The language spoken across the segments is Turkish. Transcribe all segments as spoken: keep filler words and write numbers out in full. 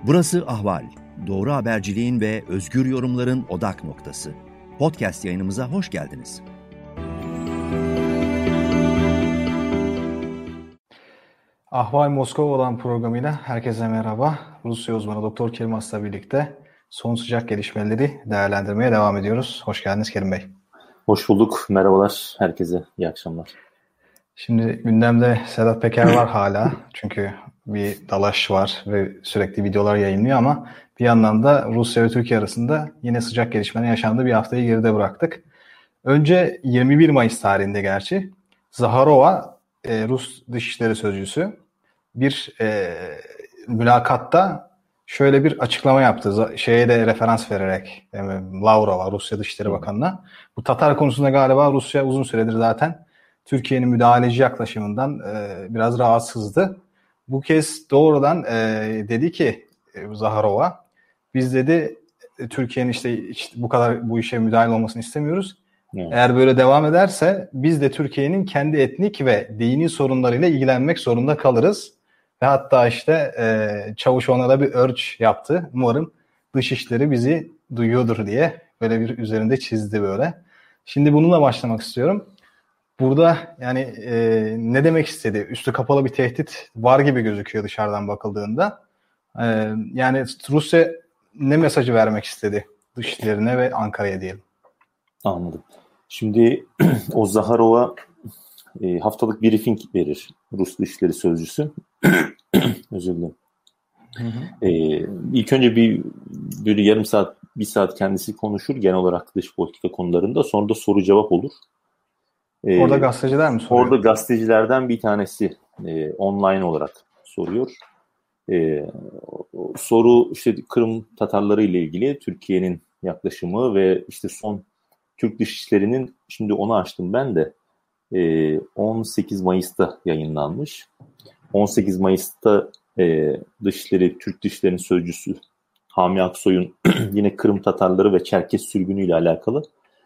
Burası Ahval. Doğru haberciliğin ve özgür yorumların odak noktası. Podcast yayınımıza hoş geldiniz. Ahval Moskova olan programıyla herkese merhaba. Rusya uzmanı Doktor Kerim As'la birlikte son sıcak gelişmeleri değerlendirmeye devam ediyoruz. Hoş geldiniz Kerim Bey. Hoş bulduk. Merhabalar herkese. İyi akşamlar. Şimdi gündemde Sedat Peker var hala. Çünkü bir dalaş var ve sürekli videolar yayınlıyor ama bir yandan da Rusya ve Türkiye arasında yine sıcak gelişmenin yaşandığı bir haftayı geride bıraktık. Önce yirmi bir Mayıs tarihinde gerçi Zaharova, e, Rus Dışişleri Sözcüsü bir e, mülakatta şöyle bir açıklama yaptı. Şeye de referans vererek yani Lavrova, Rusya Dışişleri Bakanı'na. Bu Tatar konusunda galiba Rusya uzun süredir zaten Türkiye'nin müdahaleci yaklaşımından e, biraz rahatsızdı. Bu kez doğrudan e, dedi ki e, Zaharova, biz dedi Türkiye'nin işte, işte bu kadar bu işe müdahil olmasını istemiyoruz. Evet. Eğer böyle devam ederse biz de Türkiye'nin kendi etnik ve dini sorunlarıyla ilgilenmek zorunda kalırız. Ve hatta işte e, Çavuşoğlu'na da bir örç yaptı. Umarım Dışişleri bizi duyuyordur diye böyle bir üzerinde çizdi böyle. Şimdi bununla başlamak istiyorum. Burada yani e, ne demek istedi? Üstü kapalı bir tehdit var gibi gözüküyor dışarıdan bakıldığında. E, yani Rusya ne mesajı vermek istedi dışişlerine ve Ankara'ya diyelim? Anladım. Şimdi o Zaharova e, haftalık briefing verir. Rus Dışişleri Sözcüsü. Özür dilerim. Hı hı. E, ilk önce bir böyle yarım saat, bir saat kendisi konuşur genel olarak dış politika konularında. Sonra da soru cevap olur. E, orada gazeteciler mi soruyor? Orada gazetecilerden bir tanesi e, online olarak soruyor. E, soru işte Kırım Tatarları ile ilgili Türkiye'nin yaklaşımı ve işte son Türk Dışişleri'nin, şimdi onu açtım ben de, e, on sekiz Mayıs'ta yayınlanmış. on sekiz Mayıs'ta e, Dışişleri, Türk Dışişleri'nin sözcüsü Hami Aksoy'un yine Kırım Tatarları ve Çerkes sürgünüyle alakalı,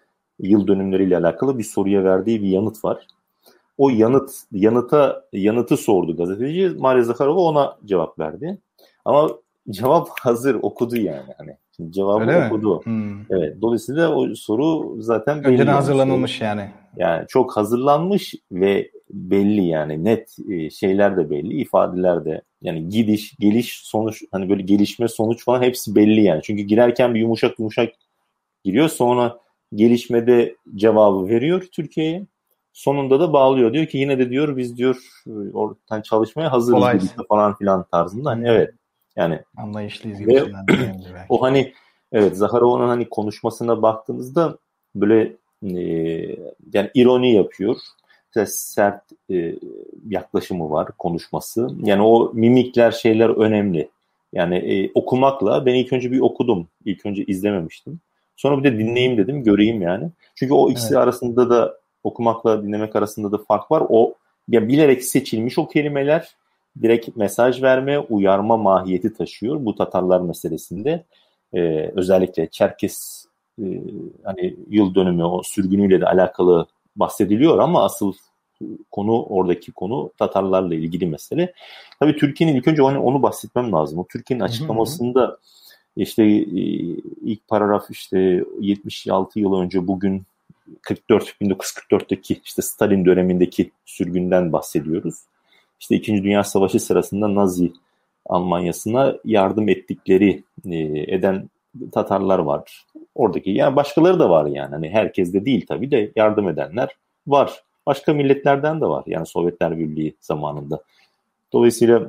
yıl dönümleriyle alakalı bir soruya verdiği bir yanıt var. O yanıt, yanıta yanıtı sordu gazeteci. Maria Zakharova ona cevap verdi. Ama cevap hazır, okudu yani. Hani şimdi cevabı öyle okudu. Hmm. Evet. Dolayısıyla o soru zaten belli. Önceden hazırlanılmış soru. yani. Yani çok hazırlanmış ve belli yani, net şeyler de belli, ifadeler de, yani gidiş, geliş, sonuç, hani böyle gelişme, sonuç falan hepsi belli yani. Çünkü girerken bir yumuşak yumuşak giriyor, sonra gelişmede cevabı veriyor Türkiye'ye. Sonunda da bağlıyor. Diyor ki yine de diyor biz diyor ortadan çalışmaya hazırız falan filan tarzında. Hani evet. Yani anlayışlıyız gibisinden. O hani evet, Zaharova'nın hani konuşmasına baktığınızda böyle e, yani ironi yapıyor. İşte sert e, yaklaşımı var konuşması. Yani o mimikler, şeyler önemli. Yani e, okumakla, ben ilk önce bir okudum. İlk önce izlememiştim. Sonra bir de dinleyeyim dedim, göreyim yani. Çünkü o ikisi evet. arasında da, okumakla dinlemek arasında da fark var. O ya bilerek seçilmiş o kelimeler direkt mesaj verme, uyarma mahiyeti taşıyor bu Tatarlar meselesinde. Ee, özellikle Çerkes e, hani yıl dönümü, o sürgünüyle de alakalı bahsediliyor ama asıl konu, oradaki konu Tatarlarla ilgili mesele. Tabii Türkiye'nin ilk önce onu, onu bahsetmem lazım. O Türkiye'nin açıklamasında hı hı. işte e, ilk paragraf işte yetmiş altı yıl önce bugün kırk dört bin dokuz yüz kırk dörtteki işte Stalin dönemindeki sürgünden bahsediyoruz. İşte İkinci Dünya Savaşı sırasında Nazi Almanyası'na yardım ettikleri e, eden Tatarlar var. Oradaki yani başkaları da var yani. Hani herkes de değil tabii de yardım edenler var. Başka milletlerden de var yani Sovyetler Birliği zamanında. Dolayısıyla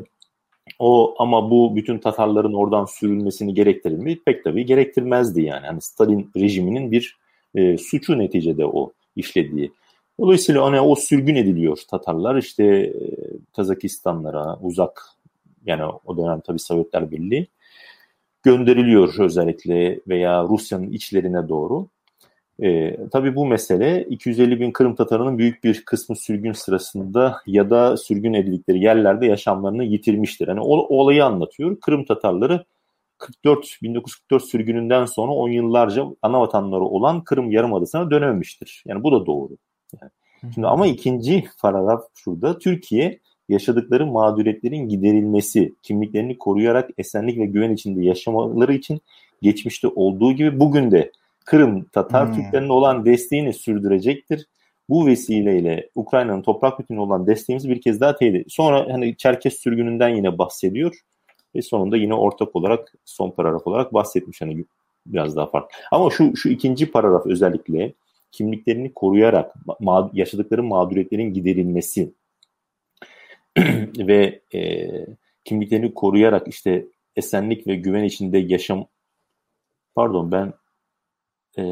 o, ama bu bütün Tatarların oradan sürülmesini gerektirir mi? Pek tabii gerektirmezdi yani. Yani Stalin rejiminin bir e, suçu neticede o işlediği. Dolayısıyla hani o sürgün ediliyor Tatarlar işte e, Kazakistanlara, uzak yani o dönem tabii Sovyetler Birliği gönderiliyor özellikle veya Rusya'nın içlerine doğru. E, tabii bu mesele iki yüz elli bin Kırım Tatarının büyük bir kısmı sürgün sırasında ya da sürgün edildikleri yerlerde yaşamlarını yitirmiştir. Yani o, o olayı anlatıyor. Kırım Tatarları kırk dört bin dokuz yüz kırk dört sürgününden sonra on yıllarca ana vatanları olan Kırım Yarımadası'na dönememiştir. Yani bu da doğru. Yani. Şimdi ama ikinci paragraf şurada. Türkiye yaşadıkları mağduriyetlerin giderilmesi, kimliklerini koruyarak esenlik ve güven içinde yaşamaları için geçmişte olduğu gibi bugün de Kırım Tatar hmm. Türklerine olan desteğini sürdürecektir. Bu vesileyle Ukrayna'nın toprak bütünlüğüne olan desteğimizi bir kez daha teyit ediyor. Sonra hani Çerkes sürgününden yine bahsediyor ve sonunda yine ortak olarak son paragraf olarak bahsetmiş, hani biraz daha farklı. Ama şu şu ikinci paragraf özellikle kimliklerini koruyarak ma- yaşadıkları mağduriyetlerin giderilmesi ve e, kimliklerini koruyarak işte esenlik ve güven içinde yaşam, pardon ben e,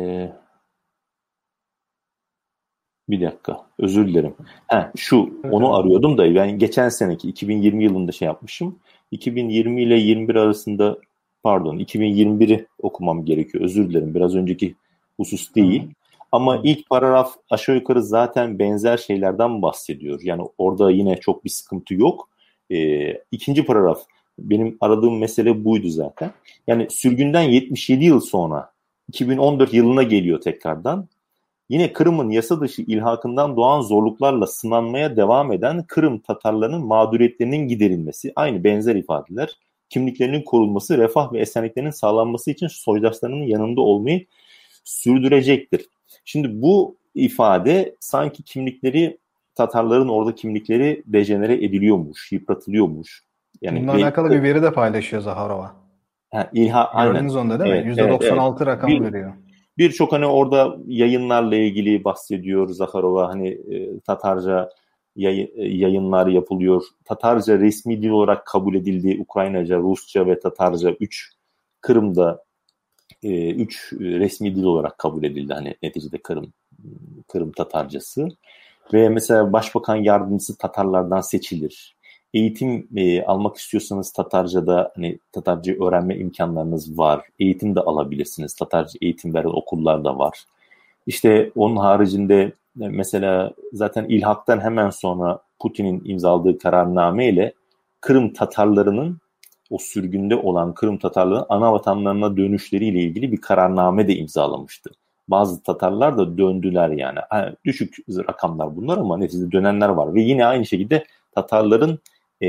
bir dakika özür dilerim. Ha, şu onu arıyordum da ben geçen seneki iki bin yirmi yılında şey yapmışım. iki bin yirmi ile yirmi bir arasında, pardon iki bin yirmi biri okumam gerekiyor. Özür dilerim. Biraz önceki husus değil. Hı. Ama Hı. ilk paragraf aşağı yukarı zaten benzer şeylerden bahsediyor. Yani orada yine çok bir sıkıntı yok. Ee, ikinci paragraf benim aradığım mesele buydu zaten. Yani sürgünden yetmiş yedi yıl sonra iki bin on dört yılına geliyor tekrardan. Yine Kırım'ın yasa dışı ilhakından doğan zorluklarla sınanmaya devam eden Kırım Tatarlarının mağduriyetlerinin giderilmesi, aynı benzer ifadeler, kimliklerinin korunması, refah ve esenliklerinin sağlanması için soydaşlarının yanında olmayı sürdürecektir. Şimdi bu ifade sanki kimlikleri, Tatarların orada kimlikleri dejenere ediliyormuş, yıpratılıyormuş. Yani bununla alakalı bir veri de paylaşıyor Zaharova. Ha, ilha, Gördünüz onda değil evet, mi? yüzde doksan altı evet, evet. Rakam bir, veriyor. Birçok hani orada yayınlarla ilgili bahsediyor Zaharova. Hani e, Tatarca yay, yayınlar yapılıyor. Tatarca resmi dil olarak kabul edildi. Ukraynaca, Rusça ve Tatarca üç Kırım'da e, üç resmi dil olarak kabul edildi. Hani neticede Kırım Kırım Tatarcası. Ve mesela Başbakan Yardımcısı Tatarlardan seçilir. Eğitim e, almak istiyorsanız Tatarca'da hani Tatarca öğrenme imkanlarınız var. Eğitim de alabilirsiniz. Tatarca eğitim veren okullar da var. İşte onun haricinde mesela zaten ilhaktan hemen sonra Putin'in imzaladığı kararname ile Kırım Tatarlarının, o sürgünde olan Kırım Tatarlarının ana vatanlarına dönüşleriyle ilgili bir kararname de imzalamıştı. Bazı Tatarlar da döndüler yani. yani. Düşük rakamlar bunlar ama neticede dönenler var. Ve yine aynı şekilde Tatarların e,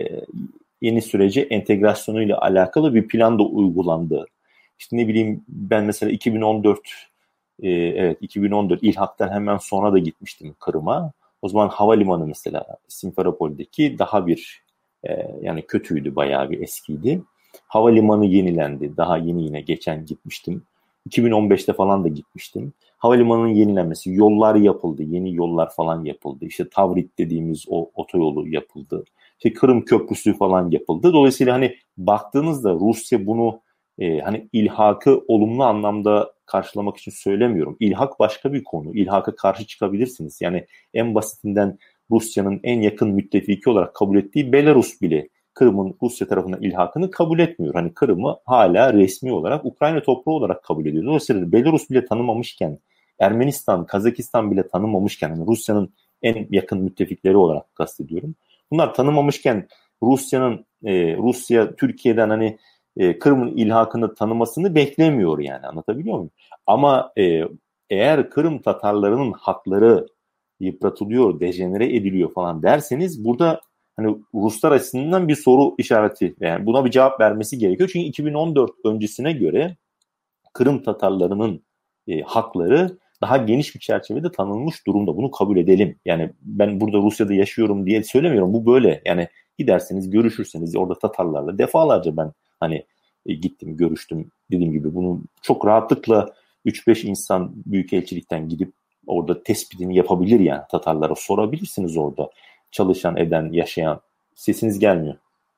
yeni sürece entegrasyonuyla alakalı bir plan da uygulandı. İşte ne bileyim ben mesela iki bin on dört e, evet iki bin on dört İlhak'tan hemen sonra da gitmiştim Kırım'a. O zaman havalimanı mesela Simferopol'deki daha bir e, yani kötüydü, bayağı bir eskiydi. Havalimanı yenilendi. Daha yeni yine geçen gitmiştim. iki bin on beşte falan da gitmiştim. Havalimanının yenilenmesi, yollar yapıldı, yeni yollar falan yapıldı. İşte Tavrit dediğimiz o otoyolu yapıldı. İşte Kırım Köprüsü falan yapıldı. Dolayısıyla hani baktığınızda Rusya bunu e, hani ilhakı olumlu anlamda karşılamak için söylemiyorum. İlhak başka bir konu. İlhaka karşı çıkabilirsiniz. Yani en basitinden Rusya'nın en yakın müttefiki olarak kabul ettiği Belarus bile Kırım'ın Rusya tarafından ilhakını kabul etmiyor. Hani Kırım'ı hala resmi olarak Ukrayna toprağı olarak kabul ediyor. Dolayısıyla Belarus bile tanımamışken, Ermenistan, Kazakistan bile tanımamışken, yani Rusya'nın en yakın müttefikleri olarak kastediyorum. Bunlar tanımamışken Rusya'nın e, Rusya Türkiye'den hani e, Kırım'ın ilhakını tanımasını beklemiyor yani, anlatabiliyor muyum? Ama e, eğer Kırım Tatarlarının hakları yıpratılıyor, dejenere ediliyor falan derseniz burada hani Ruslar açısından bir soru işareti, yani buna bir cevap vermesi gerekiyor. Çünkü iki bin on dört öncesine göre Kırım Tatarlarının e, hakları daha geniş bir çerçevede tanınmış durumda. Bunu kabul edelim. Yani ben burada Rusya'da yaşıyorum diye söylemiyorum. Bu böyle. Yani giderseniz, görüşürseniz orada Tatarlarla defalarca ben hani e, gittim, görüştüm. Dediğim gibi bunu çok rahatlıkla üç beş insan büyükelçilikten gidip orada tespitini yapabilir yani. Tatarlara sorabilirsiniz orada. Çalışan, eden, yaşayan. Sesiniz gelmiyor.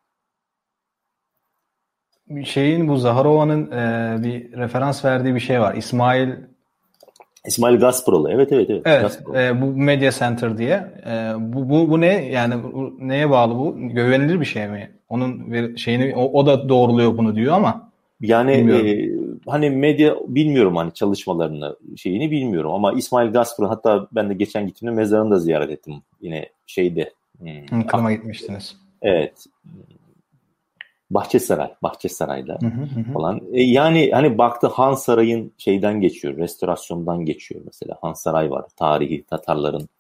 Şeyin, bu Zaharova'nın e, bir referans verdiği bir şey var. İsmail İsmail Gasproğlu. Evet evet evet. Evet. E, bu Media Center diye. E, bu, bu bu ne? Yani bu, neye bağlı bu? Güvenilir bir şey mi? Onun şeyini o, o da doğruluyor bunu diyor ama yani e, hani medya bilmiyorum, hani çalışmalarını şeyini bilmiyorum ama İsmail Gasproğlu, hatta ben de geçen gittiğimde mezarını da ziyaret ettim. Yine şeyde. Hmm, Kırım'a gitmiştiniz. Evet. Bahçesaray, Bahçesaray'da hı hı hı. falan. E, yani hani baktı Han Saray'ın şeyden geçiyor, restorasyondan geçiyor mesela. Han Saray var, tarihi Tatarların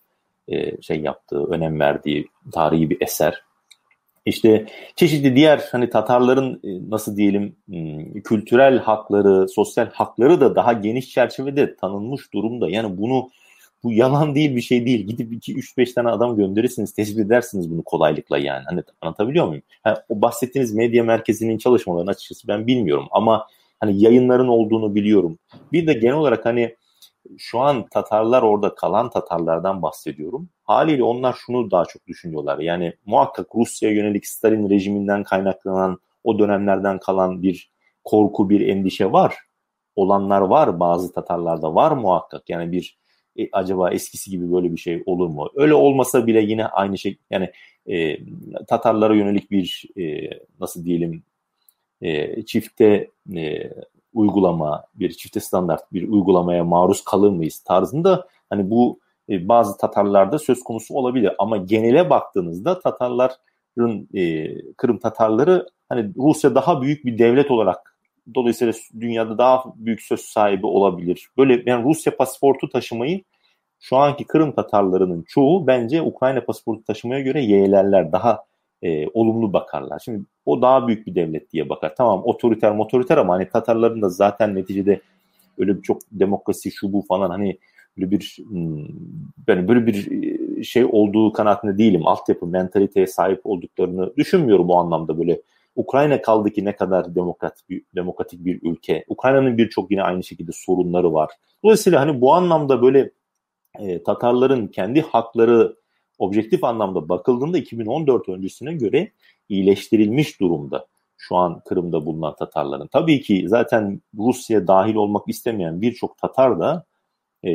e, şey yaptığı, önem verdiği tarihi bir eser. İşte çeşitli diğer hani Tatarların e, nasıl diyelim m, kültürel hakları, sosyal hakları da daha geniş çerçevede tanınmış durumda. Yani bunu bu yalan değil, bir şey değil. Gidip iki üç beş tane adam gönderirsiniz, tespit edersiniz bunu kolaylıkla yani. Hani anlatabiliyor muyum? Yani o bahsettiğiniz medya merkezinin çalışmalarını açıkçası ben bilmiyorum ama hani yayınların olduğunu biliyorum. Bir de genel olarak hani şu an Tatarlar, orada kalan Tatarlardan bahsediyorum. Haliyle onlar şunu daha çok düşünüyorlar. Yani muhakkak Rusya'ya yönelik Stalin rejiminden kaynaklanan, o dönemlerden kalan bir korku, bir endişe var. Olanlar var, bazı Tatarlarda var muhakkak. Yani bir e, acaba eskisi gibi böyle bir şey olur mu? Öyle olmasa bile yine aynı şey, yani e, Tatarlara yönelik bir e, nasıl diyelim e, çifte e, uygulama, bir çifte standart bir uygulamaya maruz kalır mıyız tarzında hani bu e, bazı Tatarlarda söz konusu olabilir ama genele baktığınızda Tatarların e, Kırım Tatarları hani Rusya daha büyük bir devlet olarak, dolayısıyla dünyada daha büyük söz sahibi olabilir. Böyle yani Rusya pasaportu taşımayı şu anki Kırım Tatarlarının çoğu bence Ukrayna pasaportu taşımaya göre yeğlerler, daha e, olumlu bakarlar. Şimdi o daha büyük bir devlet diye bakar. Tamam otoriter motoriter ama hani Tatarların da zaten neticede öyle bir çok demokrasi şu bu falan hani böyle bir ben böyle bir şey olduğu kanaatinde değilim. Altyapı, mentaliteye sahip olduklarını düşünmüyorum o anlamda. Böyle Ukrayna kaldı ki ne kadar demokrat bir, demokratik bir ülke. Ukrayna'nın birçok yine aynı şekilde sorunları var. Dolayısıyla hani bu anlamda böyle e, Tatarların kendi hakları objektif anlamda bakıldığında iki bin on dört öncesine göre iyileştirilmiş durumda şu an Kırım'da bulunan Tatarların. Tabii ki zaten Rusya dahil olmak istemeyen birçok Tatar da e,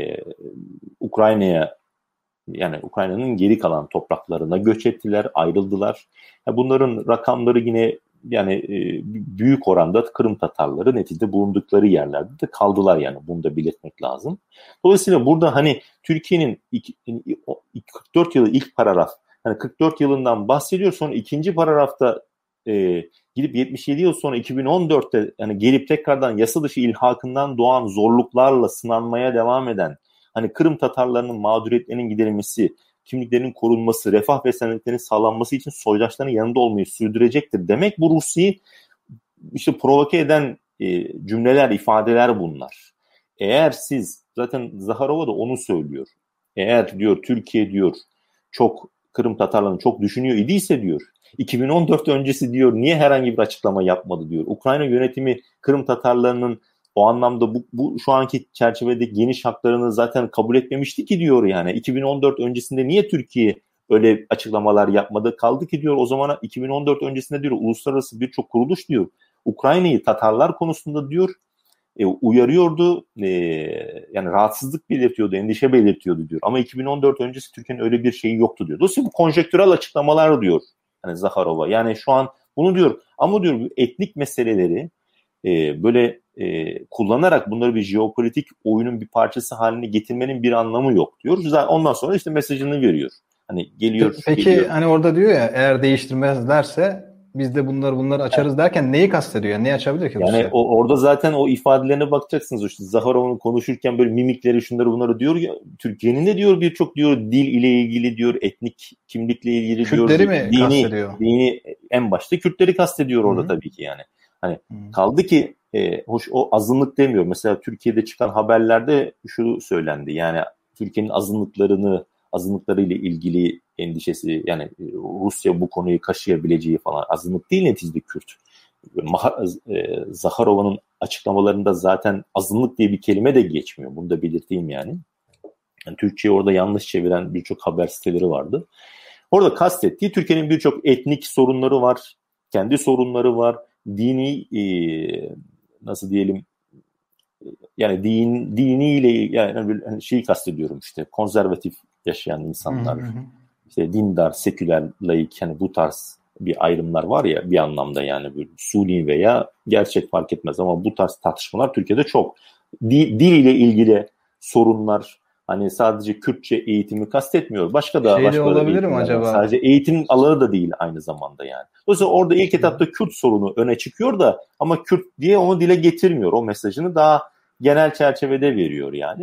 Ukrayna'ya, yani Ukrayna'nın geri kalan topraklarına göç ettiler, ayrıldılar. Bunların rakamları yine yani e, büyük oranda Kırım Tatarları neticede bulundukları yerlerde de kaldılar, yani bunu da belirtmek lazım. Dolayısıyla burada hani Türkiye'nin kırk dört yılı ilk paragraf, hani kırk dört yılından bahsediyor, sonra ikinci paragrafta e, gidip yetmiş yedi yıl sonra iki bin on dörtte yani gelip tekrardan yasa dışı ilhakından doğan zorluklarla sınanmaya devam eden hani Kırım Tatarlarının mağduriyetlerinin giderilmesi, kimliklerinin korunması, refah ve esenliklerin sağlanması için soydaşların yanında olmayı sürdürecektir demek, bu Rusya'yı işte provoke eden e, cümleler, ifadeler bunlar. Eğer siz, zaten Zaharova da onu söylüyor. Eğer diyor Türkiye diyor çok Kırım Tatarlarını çok düşünüyor idiyse diyor, iki bin on dört öncesi diyor niye herhangi bir açıklama yapmadı diyor. Ukrayna yönetimi Kırım Tatarlarının o anlamda bu, bu şu anki çerçevede geniş haklarını zaten kabul etmemişti ki diyor yani. iki bin on dört öncesinde niye Türkiye öyle açıklamalar yapmadı? Kaldı ki diyor o zaman iki bin on dört öncesinde diyor uluslararası birçok kuruluş diyor Ukrayna'yı Tatarlar konusunda diyor e, uyarıyordu. E, yani rahatsızlık belirtiyordu, endişe belirtiyordu diyor. Ama iki bin on dört öncesi Türkiye'nin öyle bir şeyi yoktu diyor. Dolayısıyla bu konjektürel açıklamalar diyor hani Zaharova. Yani şu an bunu diyor ama diyor bu etnik meseleleri e, böyle e, kullanarak bunları bir jeopolitik oyunun bir parçası haline getirmenin bir anlamı yok diyor. Ondan sonra işte mesajını veriyor. Hani geliyor. Peki geliyor. Hani orada diyor ya eğer değiştirmezlerse biz de bunları bunları açarız evet. derken neyi kastediyor? Neyi açabilir ki? Yani o, orada zaten o ifadelerine bakacaksınız. İşte Zaharov'un konuşurken böyle mimikleri şunları bunları diyor ya. Türkiye'nin de diyor birçok diyor dil ile ilgili diyor, etnik kimlikle ilgili Kürtleri diyor. mi dini, kastediyor? Dini en başta Kürtleri kastediyor orada Hı-hı. tabii ki yani. Hani Hı-hı. kaldı ki e, hoş o azınlık demiyor. Mesela Türkiye'de çıkan haberlerde şu söylendi. Yani Türkiye'nin azınlıklarını azınlıklarıyla ilgili endişesi, yani Rusya bu konuyu kaşıyabileceği falan, azınlık değil neticede Kürt. Zaharova'nın açıklamalarında zaten azınlık diye bir kelime de geçmiyor. Bunu da belirteyim yani. Yani Türkçe'yi orada yanlış çeviren birçok haber siteleri vardı. Orada kastettiği Türkiye'nin birçok etnik sorunları var, kendi sorunları var, dini e, nasıl diyelim yani din diniyle yani şeyi kastediyorum işte konservatif yaşayan insanlar, hı hı. işte dindar, seküler, laik, hani bu tarz bir ayrımlar var ya bir anlamda, yani böyle suni veya gerçek fark etmez ama bu tarz tartışmalar Türkiye'de çok. Dil, dil ile ilgili sorunlar, hani sadece Kürtçe eğitimi kastetmiyor. Başka da Şeyde başka olabilir mi acaba? Var. Sadece eğitim alanı da değil aynı zamanda yani. Dolayısıyla orada ilk etapta Kürt sorunu öne çıkıyor da ama Kürt diye onu dile getirmiyor. O mesajını daha genel çerçevede veriyor yani.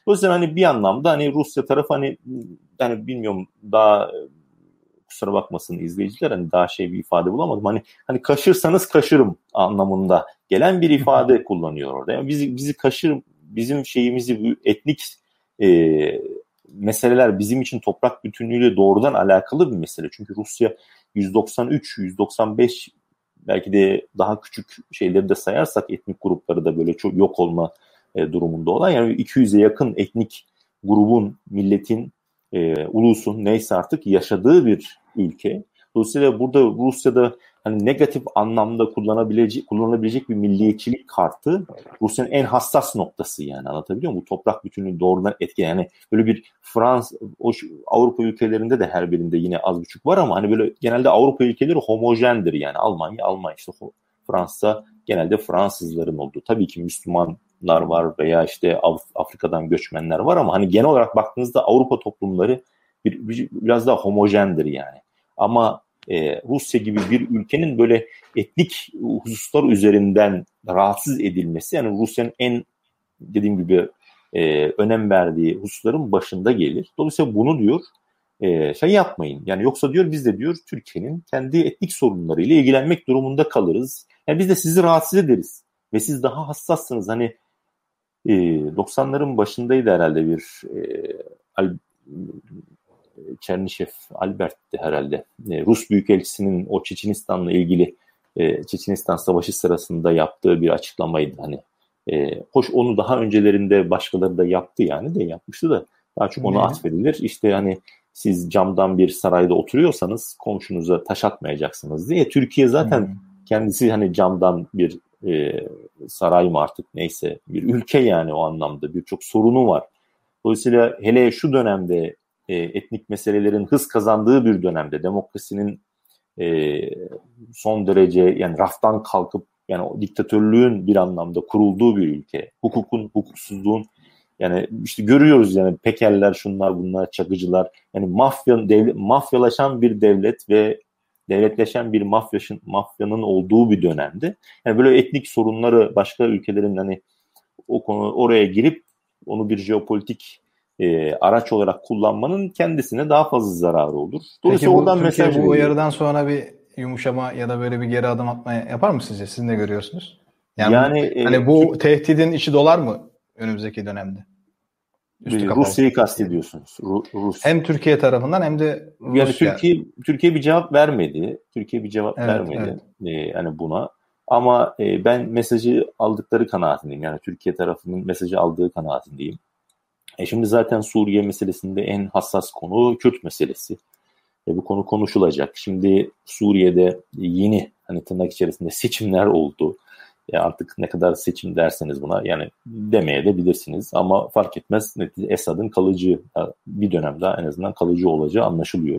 Dolayısıyla hani bir anlamda hani Rusya tarafı hani yani bilmiyorum daha kusura bakmasın izleyiciler hani daha şey bir ifade bulamadım. Hani hani kaşırsanız kaşırım anlamında gelen bir ifade kullanıyor orada. Yani bizi bizi kaşır bizim şeyimizi bu etnik e, meseleler bizim için toprak bütünlüğüyle doğrudan alakalı bir mesele. Çünkü Rusya yüz doksan üç yüz doksan beş belki de daha küçük şeyleri de sayarsak etnik grupları da böyle çok yok olma e, durumunda olan yani iki yüze yakın etnik grubun, milletin, e, ulusun neyse artık yaşadığı bir ülke. Dolayısıyla burada Rusya'da hani negatif anlamda kullanabilecek kullanılabilecek bir milliyetçilik kartı Rusya'nın en hassas noktası yani anlatabiliyor muyum? Bu toprak bütünlüğü doğrudan etkileyen yani böyle bir Fransa, o Avrupa ülkelerinde de her birinde yine az buçuk var ama hani böyle genelde Avrupa ülkeleri homojendir yani Almanya, Almanya işte Fransa genelde Fransızların olduğu. Tabii ki Müslümanlar var veya işte Af- Afrika'dan göçmenler var ama hani genel olarak baktığınızda Avrupa toplumları bir, bir, biraz daha homojendir yani. Ama e, Rusya gibi bir ülkenin böyle etnik hususlar üzerinden rahatsız edilmesi yani Rusya'nın en dediğim gibi e, önem verdiği hususların başında gelir. Dolayısıyla bunu diyor e, şey yapmayın. Yani yoksa diyor biz de diyor Türkiye'nin kendi etnik sorunlarıyla ilgilenmek durumunda kalırız. Yani biz de sizi rahatsız ederiz. Ve siz daha hassassınız. Hani e, doksanların başındaydı herhalde bir e, Al, Çernişev, Albert'ti herhalde. E, Rus Büyükelçisi'nin o Çeçenistan'la ilgili e, Çeçenistan Savaşı sırasında yaptığı bir açıklamaydı. Hani e, hoş onu daha öncelerinde başkaları da yaptı yani de yapmıştı da daha çok ona atfedilir. İşte hani siz camdan bir sarayda oturuyorsanız komşunuza taş atmayacaksınız diye. Türkiye zaten hmm. kendisi hani camdan bir e, saray mı artık neyse bir ülke yani o anlamda birçok sorunu var. Dolayısıyla hele şu dönemde e, etnik meselelerin hız kazandığı bir dönemde demokrasinin e, son derece yani raftan kalkıp yani o diktatörlüğün bir anlamda kurulduğu bir ülke, hukukun, hukuksuzluğun yani işte görüyoruz yani Pekerler, şunlar bunlar, Çakıcılar yani mafya devlet, mafyalaşan bir devlet ve devletleşen bir mafyanın mafyanın olduğu bir dönemde yani böyle etnik sorunları başka ülkelerin hani o konu oraya girip onu bir jeopolitik e, araç olarak kullanmanın kendisine daha fazla zararı olur. Dolayısıyla Peki bu oradan Türkiye mesaj bu veriyor. Uyarıdan sonra bir yumuşama ya da böyle bir geri adım atma yapar mı sizce? Siz ne görüyorsunuz? Yani, yani bu, hani e, bu Türk... tehdidin içi dolar mı önümüzdeki dönemde? Rusya'yı kastediyorsunuz. Rus. Hem Türkiye tarafından hem de Rusya. Yani Türkiye Türkiye bir cevap vermedi. Türkiye bir cevap evet, vermedi evet. E, yani buna. Ama e, ben mesajı aldıkları kanaatindeyim. Yani Türkiye tarafının mesajı aldığı kanaatindeyim. E şimdi zaten Suriye meselesinde en hassas konu Kürt meselesi. E bu konu konuşulacak. Şimdi Suriye'de yeni hani tırnak içerisinde seçimler oldu. E artık ne kadar seçim derseniz buna yani demeye de bilirsiniz. Ama fark etmez Esad'ın kalıcı bir dönemde en azından kalıcı olacağı anlaşılıyor.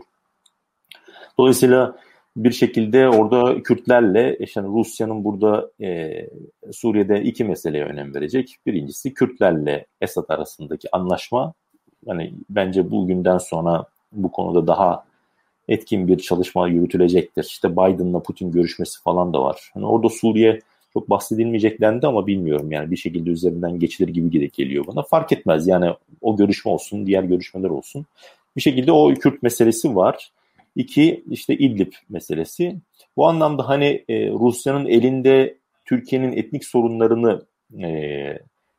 Dolayısıyla bir şekilde orada Kürtlerle işte Rusya'nın burada e, Suriye'de iki meseleye önem verecek. Birincisi Kürtlerle Esad arasındaki anlaşma. Yani bence bugünden sonra bu konuda daha etkin bir çalışma yürütülecektir. İşte Biden'la Putin görüşmesi falan da var. Yani orada Suriye çok bahsedilmeyecek dendi ama bilmiyorum yani bir şekilde üzerinden geçilir gibi geliyor bana. Fark etmez yani o görüşme olsun, diğer görüşmeler olsun. Bir şekilde o Kürt meselesi var. İki, işte İdlib meselesi. Bu anlamda hani e, Rusya'nın elinde Türkiye'nin etnik sorunlarını e, e,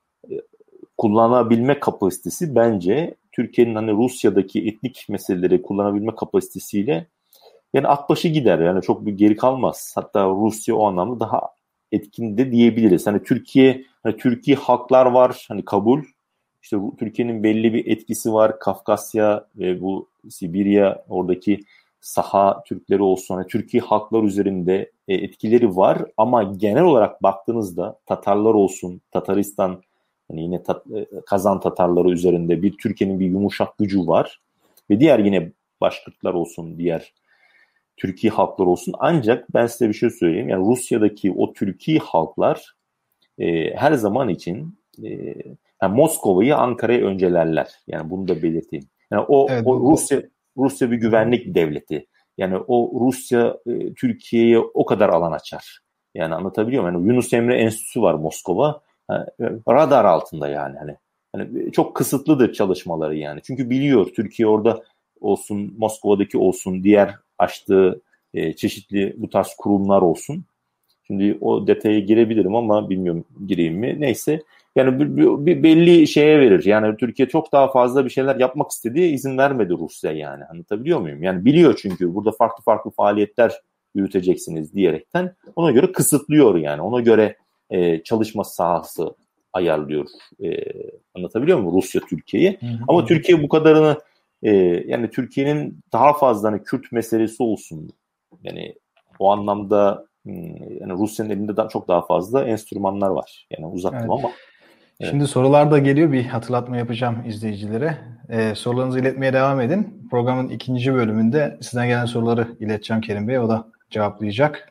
kullanabilme kapasitesi bence Türkiye'nin hani Rusya'daki etnik meseleleri kullanabilme kapasitesiyle yani at başı gider. Yani çok bir geri kalmaz. Hatta Rusya o anlamda daha etkin de diyebiliriz. Hani Türkiye, hani Türkiye halklar var, hani kabul. İşte Türkiye'nin belli bir etkisi var. Kafkasya ve bu Sibirya oradaki saha Türkleri olsun. Hani Türkiye halklar üzerinde etkileri var ama genel olarak baktığınızda Tatarlar olsun, Tataristan hani yine tat, Kazan Tatarları üzerinde bir Türkiye'nin bir yumuşak gücü var ve diğer yine Başkırtlar olsun, diğer Türkiye halklar olsun. Ancak ben size bir şey söyleyeyim. Yani Rusya'daki o Türkiye halklar e, her zaman için e, yani Moskova'yı Ankara'ya öncelerler. Yani bunu da belirteyim. Yani o, evet, o Rusya Rusya bir güvenlik devleti. Yani o Rusya e, Türkiye'ye o kadar alan açar. Yani anlatabiliyor muyum? Yani Yunus Emre Enstitüsü var Moskova. Yani radar altında yani hani. hani çok kısıtlıdır çalışmaları yani. Çünkü biliyor Türkiye orada olsun, Moskova'daki olsun, diğer açtığı e, çeşitli bu tarz kurumlar olsun. Şimdi o detaya girebilirim ama bilmiyorum gireyim mi. Neyse yani bir, bir, bir belli şeye verir. Yani Türkiye çok daha fazla bir şeyler yapmak istediği izin vermedi Rusya yani. Anlatabiliyor muyum? Yani biliyor çünkü burada farklı farklı faaliyetler yürüteceksiniz diyerekten ona göre kısıtlıyor yani. Ona göre e, çalışma sahası ayarlıyor. E, anlatabiliyor muyum? Rusya Türkiye'yi. Ama Türkiye bu kadarını e, yani Türkiye'nin daha fazla hani Kürt meselesi olsun. Yani o anlamda yani Rusya'nın elinde daha, çok daha fazla enstrümanlar var. Yani uzattım evet. ama. Evet. Şimdi sorular da geliyor. Bir hatırlatma yapacağım izleyicilere. Ee, sorularınızı iletmeye devam edin. Programın ikinci bölümünde sizden gelen soruları ileteceğim Kerim Bey. O da cevaplayacak.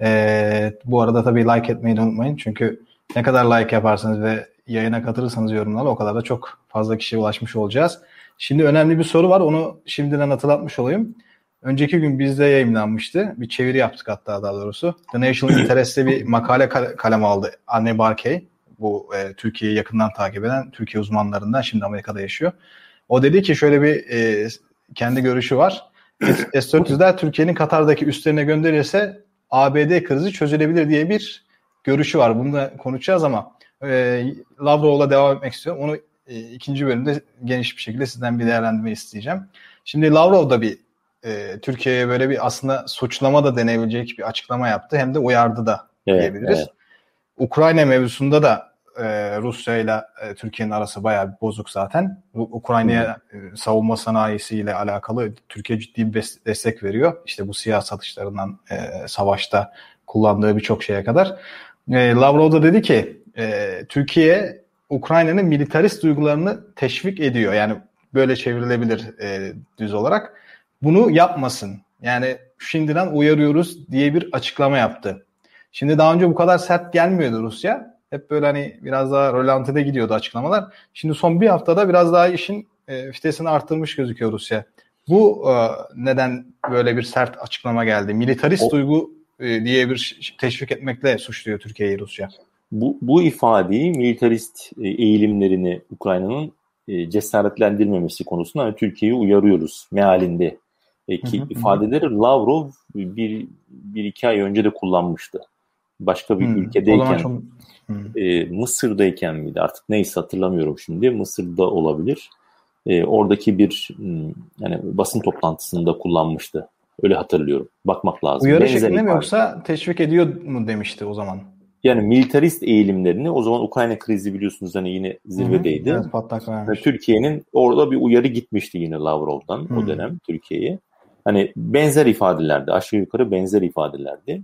Ee, bu arada tabii like etmeyi unutmayın. Çünkü ne kadar like yaparsanız ve yayına katılırsanız yorumlarla o kadar da çok fazla kişiye ulaşmış olacağız. Şimdi önemli bir soru var. Onu şimdiden hatırlatmış olayım. Önceki gün bizde yayınlanmıştı. Bir çeviri yaptık hatta daha doğrusu. The National Interest'te bir makale kaleme aldı Anne Barkey. Bu e, Türkiye'yi yakından takip eden Türkiye uzmanlarından, şimdi Amerika'da yaşıyor. O dedi ki şöyle bir e, kendi görüşü var. S dört yüzler Türkiye'nin Katar'daki üslerine gönderilirse A B D krizi çözülebilir diye bir görüşü var. Bunu da konuşacağız ama e, Lavrov'la devam etmek istiyorum. Onu e, ikinci bölümde geniş bir şekilde sizden bir değerlendirme isteyeceğim. Şimdi Lavrov da bir e, Türkiye'ye böyle bir aslında suçlama da denebilecek bir açıklama yaptı. Hem de uyardı da evet, diyebiliriz. Evet. Ukrayna mevzusunda da e, Rusya ile e, Türkiye'nin arası bayağı bir bozuk zaten. Ukrayna'ya e, savunma sanayisiyle alakalı Türkiye ciddi bir destek veriyor. İşte bu silah satışlarından e, savaşta kullandığı birçok şeye kadar. E, Lavrov da dedi ki e, Türkiye Ukrayna'nın militarist duygularını teşvik ediyor. Yani böyle çevrilebilir e, düz olarak. Bunu yapmasın. Yani şimdiden uyarıyoruz diye bir açıklama yaptı. Şimdi daha önce bu kadar sert gelmiyordu Rusya. Hep böyle hani biraz daha rolantide gidiyordu açıklamalar. Şimdi son bir haftada biraz daha işin e, fitesini arttırmış gözüküyor Rusya. Bu e, neden böyle bir sert açıklama geldi? Militarist o, duygu e, diye bir teşvik etmekle suçluyor Türkiye'yi Rusya. Bu, bu ifadeyi militarist e, eğilimlerini Ukrayna'nın e, cesaretlendirmemesi konusunda hani Türkiye'yi uyarıyoruz mealinde. E, ki hı hı, ifadeleri hı. Lavrov bir, bir iki ay önce de kullanmıştı. Başka bir hmm, ülkedeyken çok... hmm. e, Mısır'dayken miydi artık neyse hatırlamıyorum şimdi. Mısır'da olabilir. E, oradaki bir yani basın toplantısında kullanmıştı. Öyle hatırlıyorum. Bakmak lazım. Uyarı Benzer şeklinde mi yoksa teşvik ediyor mu demişti o zaman? Yani militarist eğilimlerini o zaman Ukrayna krizi biliyorsunuz hani yine zirvedeydi. Hı hı, evet, patlak vermiş. Türkiye'nin orada bir uyarı gitmişti yine Lavrov'dan hmm. o dönem Türkiye'ye. Hani benzer ifadelerdi. Aşağı yukarı benzer ifadelerdi.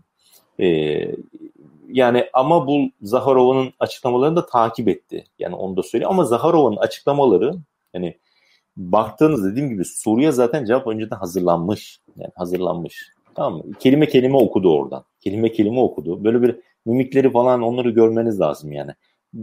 Ee, yani ama bu Zaharova'nın açıklamalarını da takip etti. Yani onu da söyleyeyim. Ama Zaharova'nın açıklamaları yani baktığınız dediğim gibi soruya zaten cevap önceden hazırlanmış. Yani hazırlanmış. Tamam mı? Kelime kelime okudu oradan. Kelime kelime okudu. Böyle bir mimikleri falan onları görmeniz lazım yani.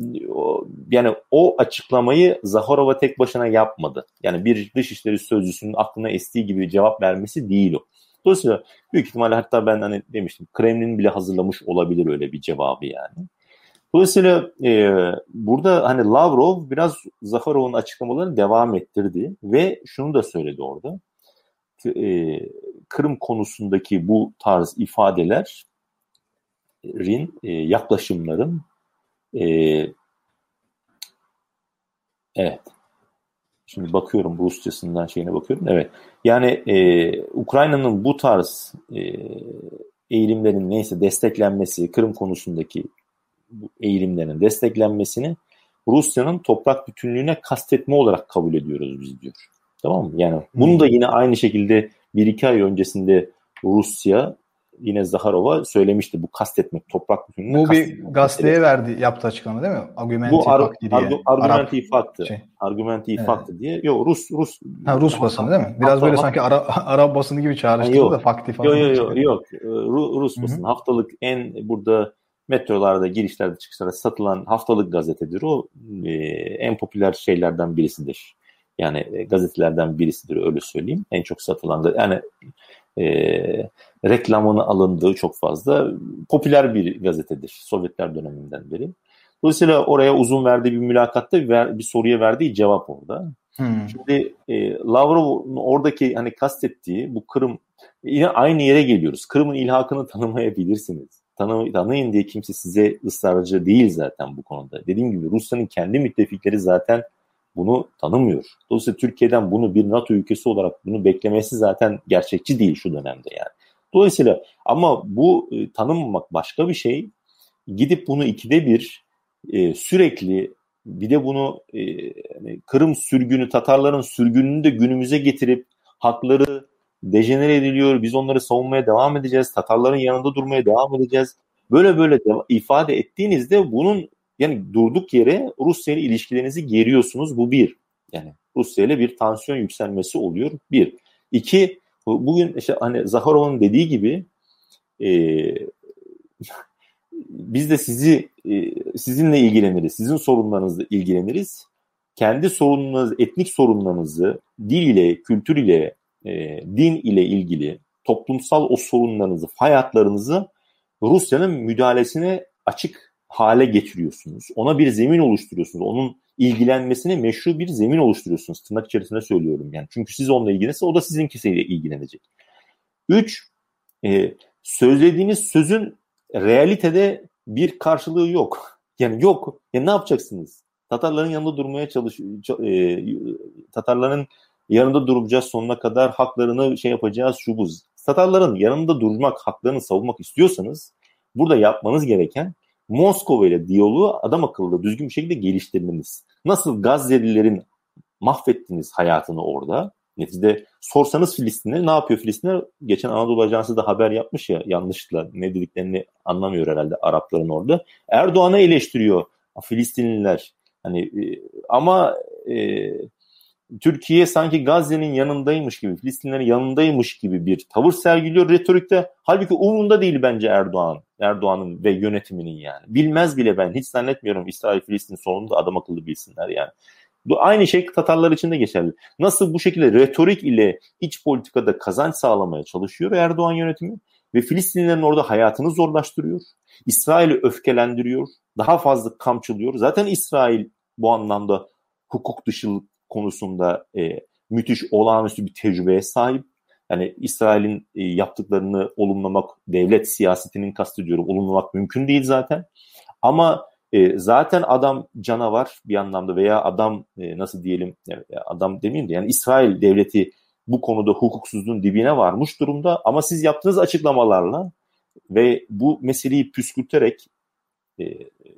O, yani o açıklamayı Zaharova tek başına yapmadı. Yani bir dışişleri sözcüsünün aklına estiği gibi cevap vermesi değil o. Dolayısıyla büyük ihtimalle hatta ben hani demiştim Kremlin bile hazırlamış olabilir öyle bir cevabı yani. Dolayısıyla e, burada hani Lavrov biraz Zaharov'un açıklamalarını devam ettirdi ve şunu da söyledi orada. E, Kırım konusundaki bu tarz ifadelerin, e, yaklaşımların e, evet. Şimdi bakıyorum Rusçasından şeyine bakıyorum. Evet. Yani e, Ukrayna'nın bu tarz e, eğilimlerin neyse desteklenmesi, Kırım konusundaki bu eğilimlerin desteklenmesini Rusya'nın toprak bütünlüğüne kastetme olarak kabul ediyoruz biz diyor. Tamam mı? Yani bunu da yine aynı şekilde bir iki ay öncesinde Rusya yine Zaharova söylemişti bu kastetmek, toprak bütünlüğüne bu bir gazeteye verdi, yaptı açıklama değil mi? Argumenti bu ar- faktı diye. Argu- argumenti faktı. Şey. Argumenti evet. faktı diye. Yok Rus Rus ha, Rus basını değil mi? Biraz hafta, böyle hafta, sanki Ara, Arap basını gibi çağrıştırdı da fakti falan. Yok yok yok yok. Rus basını haftalık en burada metrolarda, girişlerde, çıkışlarda satılan haftalık gazetedir. O e, en popüler şeylerden birisidir. Yani e, gazetelerden birisidir öyle söyleyeyim. En çok satılan da yani e, reklamını alındığı çok fazla popüler bir gazetedir. Sovyetler döneminden beri. Dolayısıyla oraya uzun verdiği bir mülakatta bir, ver, bir soruya verdiği cevap orada. Hmm. Şimdi e, Lavrov'un oradaki hani kastettiği bu Kırım, yine aynı yere geliyoruz. Kırım'ın ilhakını tanımayabilirsiniz. Tanı, tanıyın diye kimse size ısrarcı değil zaten bu konuda. Dediğim gibi Rusya'nın kendi müttefikleri zaten bunu tanımıyor. Dolayısıyla Türkiye'den bunu bir NATO ülkesi olarak bunu beklemesi zaten gerçekçi değil şu dönemde yani. Dolayısıyla ama bu e, tanınmamak başka bir şey. Gidip bunu ikide bir e, sürekli bir de bunu e, yani Kırım sürgünü, Tatarların sürgününü de günümüze getirip hakları dejenere ediliyor. Biz onları savunmaya devam edeceğiz. Tatarların yanında durmaya devam edeceğiz. Böyle böyle de, ifade ettiğinizde bunun yani durduk yere Rusya ile ilişkilerinizi geriyorsunuz. Bu bir. Yani Rusya ile bir tansiyon yükselmesi oluyor. Bir. İki, bugün işte hani Zaharov'un dediği gibi e, biz de sizi e, sizinle ilgileniriz. Sizin sorunlarınızla ilgileniriz. Kendi sorunlarınızı, etnik sorunlarınızı dil ile, kültür ile, e, din ile ilgili toplumsal o sorunlarınızı, fay hatlarınızı Rusya'nın müdahalesine açık hale getiriyorsunuz. Ona bir zemin oluşturuyorsunuz. Onun ilgilenmesine meşru bir zemin oluşturuyorsunuz. Tırnak içerisinde söylüyorum yani. Çünkü siz onunla ilgilenirse o da sizinkisiyle ilgilenecek. Üç, e, söylediğiniz sözün realitede bir karşılığı yok. Yani yok. Yani ne yapacaksınız? Tatarların yanında durmaya çalışıyor. E, Tatarların yanında duracağız sonuna kadar, haklarını şey yapacağız şu bu. Tatarların yanında durmak, haklarını savunmak istiyorsanız burada yapmanız gereken Moskova ile diyaloğu adam akıllı düzgün bir şekilde geliştirmeniz. Nasıl Gazze'lilerin mahvettiniz hayatını orada. Neticede sorsanız Filistin'e ne yapıyor Filistin'e? Geçen Anadolu Ajansı da haber yapmış ya, yanlışlıkla ne dediklerini anlamıyor herhalde Arapların orada. Erdoğan'ı eleştiriyor Filistinliler. Hani e, ama e, Türkiye sanki Gazze'nin yanındaymış gibi, Filistinlerin yanındaymış gibi bir tavır sergiliyor retorikte. Halbuki umurunda değil bence Erdoğan, Erdoğan'ın ve yönetiminin yani. Bilmez bile, ben hiç zannetmiyorum İsrail-Filistin sorununu da adam akıllı bilsinler yani. Bu aynı şey Tatarlar için de geçerli. Nasıl bu şekilde retorik ile iç politikada kazanç sağlamaya çalışıyor Erdoğan yönetimi ve Filistinlilerin orada hayatını zorlaştırıyor. İsrail'i öfkelendiriyor. Daha fazla kamçılıyor. Zaten İsrail bu anlamda hukuk dışılık konusunda e, müthiş, olağanüstü bir tecrübeye sahip. Yani İsrail'in e, yaptıklarını olumlamak, devlet siyasetinin kastediyorum, olumlamak mümkün değil zaten. Ama e, zaten adam canavar bir anlamda veya adam e, nasıl diyelim, adam demeyeyim de yani İsrail devleti bu konuda hukuksuzluğun dibine varmış durumda. Ama siz yaptığınız açıklamalarla ve bu meseleyi püskürterek, e,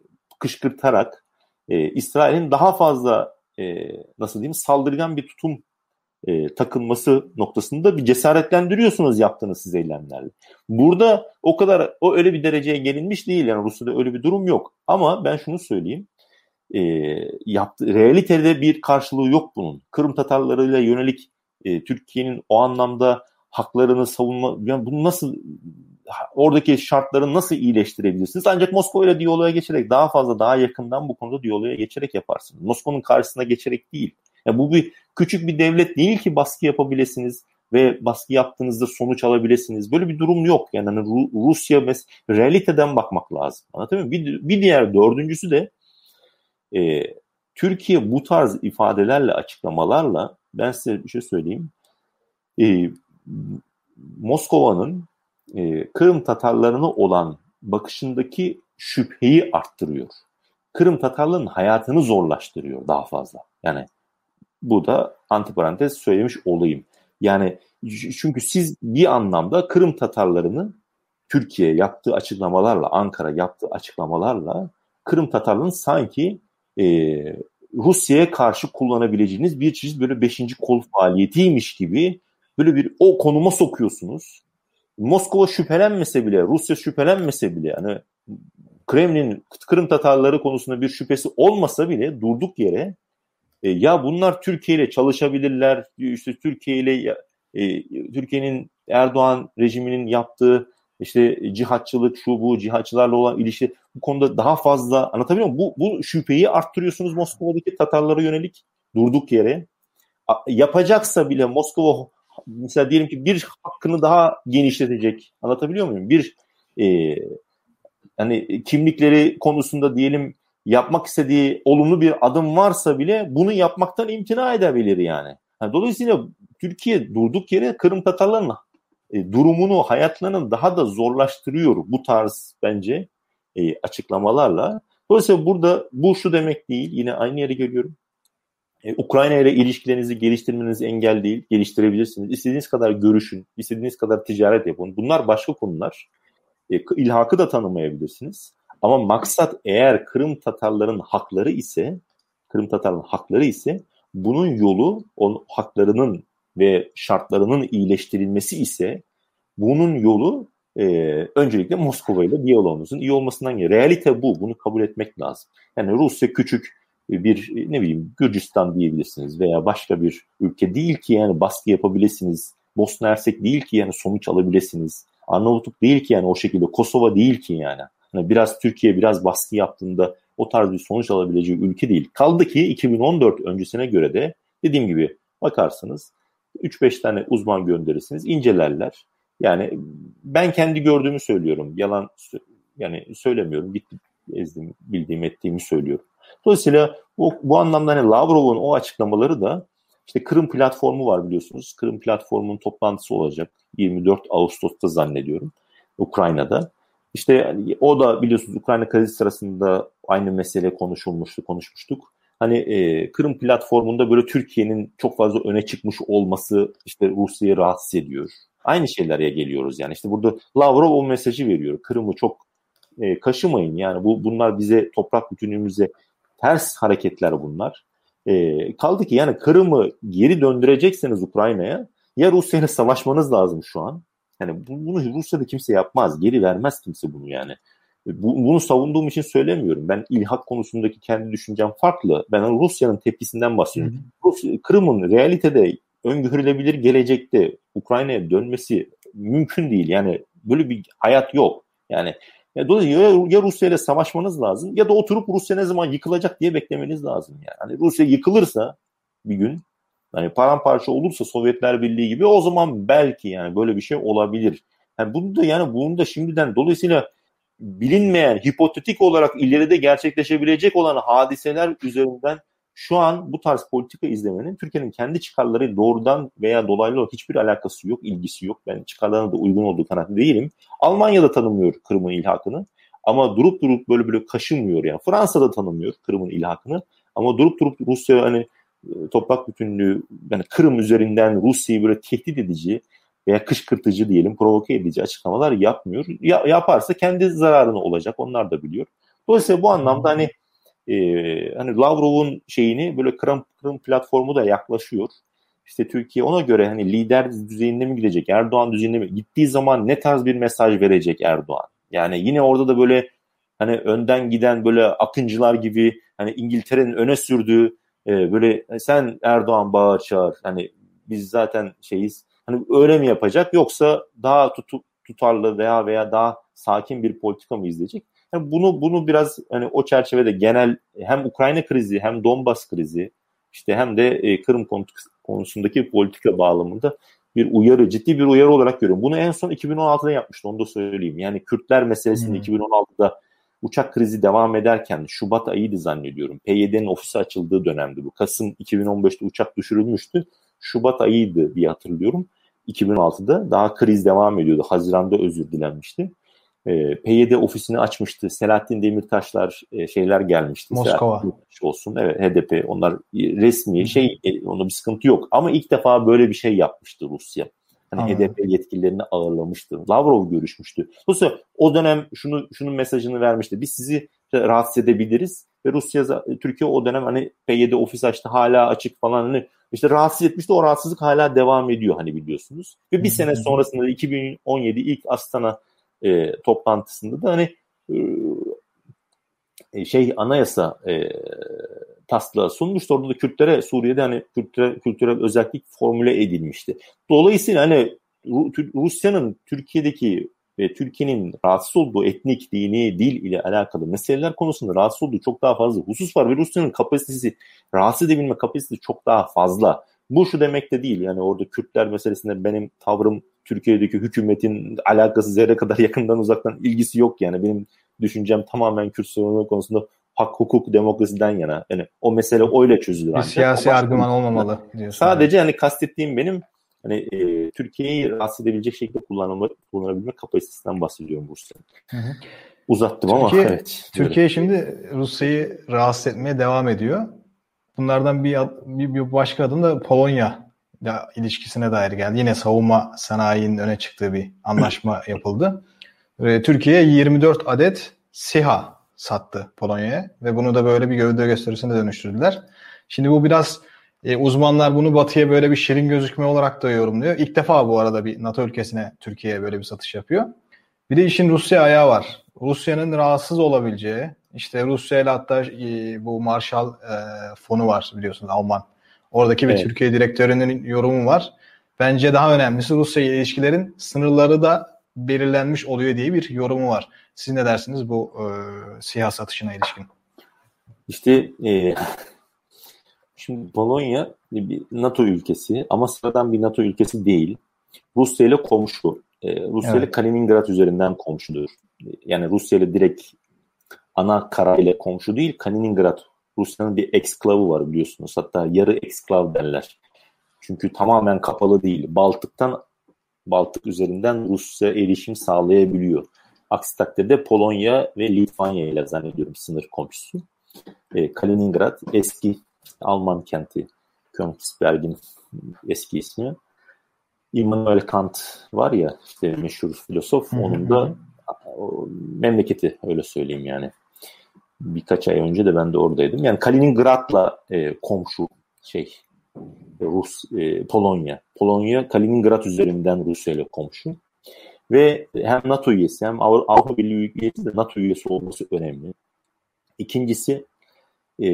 kışkırtarak e, İsrail'in daha fazla e, nasıl diyeyim saldırgan bir tutum e, takılması noktasında bir cesaretlendiriyorsunuz yaptığınız siz eylemlerle. Burada o kadar, o öyle bir dereceye gelinmiş değil yani, Rusya'da öyle bir durum yok. Ama ben şunu söyleyeyim, e, yaptı, realitede bir karşılığı yok bunun. Kırım Tatarlarıyla yönelik e, Türkiye'nin o anlamda haklarını savunma, yani bunu nasıl, oradaki şartları nasıl iyileştirebilirsiniz? Ancak Moskova ile diyaloğa geçerek, daha fazla, daha yakından bu konuda diyaloğa geçerek yaparsınız. Moskova'nın karşısına geçerek değil. Ya bu bir küçük bir devlet değil ki baskı yapabilirsiniz ve baskı yaptığınızda sonuç alabilirsiniz. Böyle bir durum yok. Yani hani Rusya mes- realiteden bakmak lazım. Anlatabiliyor muyum? Bir, bir diğer dördüncüsü de e, Türkiye bu tarz ifadelerle, açıklamalarla, ben size bir şey söyleyeyim. E, Moskova'nın e, Kırım Tatarlarına olan bakışındaki şüpheyi arttırıyor. Kırım Tatarlarının hayatını zorlaştırıyor daha fazla. Yani bu da antiparantez söylemiş olayım. Yani çünkü siz bir anlamda Kırım Tatarlarını Türkiye yaptığı açıklamalarla, Ankara yaptığı açıklamalarla Kırım Tatarlarını sanki e, Rusya'ya karşı kullanabileceğiniz bir çeşit böyle beşinci kol faaliyetiymiş gibi böyle bir o konuma sokuyorsunuz. Moskova şüphelenmese bile, Rusya şüphelenmese bile, yani Kremlin Kırım Tatarları konusunda bir şüphesi olmasa bile durduk yere e, ya bunlar Türkiye ile çalışabilirler, işte Türkiye ile e, Türkiye'nin Erdoğan rejiminin yaptığı işte cihatçılık, şu bu cihatçılarla olan ilişki, bu konuda daha fazla, anlatabiliyor muyum? Bu, bu şüpheyi arttırıyorsunuz Moskova'daki Tatarlara yönelik durduk yere. A, yapacaksa bile Moskova mesela diyelim ki bir hakkını daha genişletecek. Anlatabiliyor muyum? Bir e, hani kimlikleri konusunda diyelim yapmak istediği olumlu bir adım varsa bile bunu yapmaktan imtina edebilir yani. yani dolayısıyla Türkiye durduk yere Kırım Tatarlarının e, durumunu, hayatlarını daha da zorlaştırıyor bu tarz bence e, açıklamalarla. Dolayısıyla burada bu şu demek değil, yine aynı yere geliyorum. E, Ukrayna ile ilişkilerinizi geliştirmeniz engel değil, geliştirebilirsiniz. İstediğiniz kadar görüşün, istediğiniz kadar ticaret yapın. Bunlar başka konular. E, ilhakı da tanımayabilirsiniz. Ama maksat eğer Kırım Tatarların hakları ise, Kırım Tatarların hakları ise bunun yolu o haklarının ve şartlarının iyileştirilmesi ise bunun yolu e, öncelikle Moskova ile diyaloğunuzun iyi olmasından geliyor. Realite bu. Bunu kabul etmek lazım. Yani Rusya küçük bir ne bileyim Gürcistan diyebilirsiniz veya başka bir ülke değil ki yani baskı yapabilirsiniz. Bosna Hersek değil ki yani sonuç alabilirsiniz. Arnavutluk değil ki yani o şekilde. Kosova değil ki yani. yani. Biraz Türkiye biraz baskı yaptığında o tarz bir sonuç alabileceği ülke değil. Kaldı ki iki bin on dört öncesine göre de dediğim gibi bakarsınız üç beş tane uzman gönderirsiniz, incelerler. Yani ben kendi gördüğümü söylüyorum. Yalan yani söylemiyorum. Gittim, ezdim, bildiğim, ettiğimi söylüyorum. Dolayısıyla bu, bu anlamda hani Lavrov'un o açıklamaları da işte Kırım platformu var biliyorsunuz. Kırım platformunun toplantısı olacak yirmi dört Ağustos'ta zannediyorum Ukrayna'da. İşte yani o da biliyorsunuz Ukrayna krizi sırasında aynı mesele konuşulmuştu, konuşmuştuk. Hani e, Kırım platformunda böyle Türkiye'nin çok fazla öne çıkmış olması işte Rusya'yı rahatsız ediyor. Aynı şeylere geliyoruz yani. İşte burada Lavrov o mesajı veriyor. Kırım'ı çok e, kaşımayın. Yani bu bunlar bize toprak bütünlüğümüze ters hareketler bunlar. E, kaldı ki yani Kırım'ı geri döndürecekseniz Ukrayna'ya ya Rusya'yla savaşmanız lazım şu an. Yani bunu Rusya'da kimse yapmaz. Geri vermez kimse bunu yani. Bu, bunu savunduğum için söylemiyorum. Ben ilhak konusundaki kendi düşüncem farklı. Ben Rusya'nın tepkisinden bahsediyorum. Rusya, Kırım'ın realitede öngörülebilir gelecekte Ukrayna'ya dönmesi mümkün değil. Yani böyle bir hayat yok. Yani ya dolayısıyla ya, ya Rusya ile savaşmanız lazım ya da oturup Rusya ne zaman yıkılacak diye beklemeniz lazım. Yani hani Rusya yıkılırsa bir gün yani paramparça olursa Sovyetler Birliği gibi o zaman belki yani böyle bir şey olabilir. Yani bunu da yani bunu da şimdiden dolayısıyla bilinmeyen, hipotetik olarak ileride gerçekleşebilecek olan hadiseler üzerinden şu an bu tarz politika izlemenin Türkiye'nin kendi çıkarları doğrudan veya dolaylı olarak hiçbir alakası yok, ilgisi yok. Ben çıkarlarına da uygun olduğu kanaatinde değilim. Almanya'da tanımıyor Kırım'ın ilhakını ama durup durup böyle böyle kaşınmıyor yani. Fransa'da tanımıyor Kırım'ın ilhakını ama durup durup Rusya hani toprak bütünlüğü yani Kırım üzerinden Rusya'yı böyle tehdit edici veya kışkırtıcı diyelim, provoke edici açıklamalar yapmıyor. Ya, yaparsa kendi zararına olacak. Onlar da biliyor. Dolayısıyla bu anlamda hani e, hani Lavrov'un şeyini böyle Kırım, Kırım platformu da yaklaşıyor. İşte Türkiye ona göre hani lider düzeyinde mi gidecek, Erdoğan düzeyinde mi? Gittiği zaman ne tarz bir mesaj verecek Erdoğan? Yani yine orada da böyle hani önden giden böyle akıncılar gibi hani İngiltere'nin öne sürdüğü e, böyle sen Erdoğan bağır çağır. Hani biz zaten şeyiz. Hani öyle mi yapacak yoksa daha tutu, tutarlı veya veya daha sakin bir politika mı izleyecek? Yani bunu bunu biraz hani o çerçevede genel hem Ukrayna krizi hem Donbas krizi işte hem de e, Kırım konusundaki politika bağlamında bir uyarı, ciddi bir uyarı olarak görüyorum. Bunu en son iki bin on altıda yapmıştı, onu da söyleyeyim. Yani Kürtler meselesinde hmm. iki bin on altıda uçak krizi devam ederken Şubat ayıydı zannediyorum. P Y D'nin ofisi açıldığı dönemdi bu. Kasım iki bin on beşte uçak düşürülmüştü. Şubat ayıydı diye hatırlıyorum. iki bin altıda daha kriz devam ediyordu. Haziran'da özür dilenmişti. E, P Y D ofisini açmıştı. Selahattin Demirtaşlar e, şeyler gelmişti. Moskova. Olsun. Evet, H D P onlar resmi şey e, onda bir sıkıntı yok. Ama ilk defa böyle bir şey yapmıştı Rusya. Hani Anladım. H D P yetkililerini ağırlamıştı. Lavrov görüşmüştü. Dolayısıyla o dönem şunu şunun mesajını vermişti. Biz sizi rahatsız edebiliriz ve Rusya Türkiye o dönem hani P Y D ofis açtı hala açık falan hani işte rahatsız etmişti. O rahatsızlık hala devam ediyor hani biliyorsunuz. Ve bir sene sonrasında iki bin on yedi ilk Astana e, toplantısında da hani e, şey anayasa e, taslağı sunmuştu. Orada da Kürtlere Suriye'de hani Kürtlere, kültürel özellik formüle edilmişti. Dolayısıyla hani Rusya'nın Türkiye'deki ve Türkiye'nin rahatsız olduğu etnik, dini, dil ile alakalı meseleler konusunda rahatsız olduğu çok daha fazla husus var ve Rusya'nın kapasitesi, rahatsız edebilme kapasitesi çok daha fazla. Bu şu demek de değil. Yani orada Kürtler meselesinde benim tavrım Türkiye'deki hükümetin alakası zerre kadar yakından uzaktan ilgisi yok yani. Benim düşüncem tamamen Kürt sorunu konusunda hak, hukuk, demokrasiden yana. Yani o mesele öyle çözülür. Bir siyasi argüman olmamalı diyorsun. Sadece yani kastettiğim benim hani e, Türkiye'yi rahatsız edebilecek şekilde kullanılma, kullanabilme kapasitesinden bahsediyorum Rusya'nın. Uzattım Türkiye, ama evet. Türkiye böyle. Şimdi Rusya'yı rahatsız etmeye devam ediyor. Bunlardan bir, bir, bir başka adım da Polonya ilişkisine dair geldi. Yine savunma sanayinin öne çıktığı bir anlaşma yapıldı. Ve Türkiye yirmi dört adet SİHA sattı Polonya'ya ve bunu da böyle bir gövde gösterisine dönüştürdüler. Şimdi bu biraz e, uzmanlar bunu Batı'ya böyle bir şirin gözükme olarak da yorumluyor. İlk defa bu arada bir NATO ülkesine Türkiye'ye böyle bir satış yapıyor. Bir de işin Rusya ayağı var. Rusya'nın rahatsız olabileceği, işte Rusya ile hatta e, bu Marshall e, fonu var biliyorsunuz, Alman. Oradaki bir evet. Türkiye direktörünün yorumu var. Bence daha önemlisi Rusya ile ilişkilerin sınırları da belirlenmiş oluyor diye bir yorumu var. Siz ne dersiniz bu e, SİHA satışına ilişkin? İşte e, şimdi Polonya bir NATO ülkesi ama sıradan bir NATO ülkesi değil. Rusya ile komşu. E, Rusya evet. ile Kaliningrad üzerinden komşudur. Yani Rusya ile direkt ana karayla komşu değil. Kaliningrad Rusya'nın bir eksklavı var biliyorsunuz. Hatta yarı eksklav derler. Çünkü tamamen kapalı değil. Baltık'tan Baltık üzerinden Rusya erişim sağlayabiliyor. Aksi takdirde Polonya ve Litvanya ile zannediyorum sınır komşusu. E, Kaliningrad eski Alman kenti. Königsberg'in eski ismi. Immanuel Kant var ya işte meşhur filozof. Hı-hı. Onun da o, memleketi öyle söyleyeyim yani. Birkaç ay önce de ben de oradaydım. Yani Kaliningrad'la e, komşu şey Rus e, Polonya. Polonya Kaliningrad üzerinden Rusya ile komşu. Ve hem NATO üyesi hem Avrupa Birliği üyesi de NATO üyesi olması önemli. İkincisi e,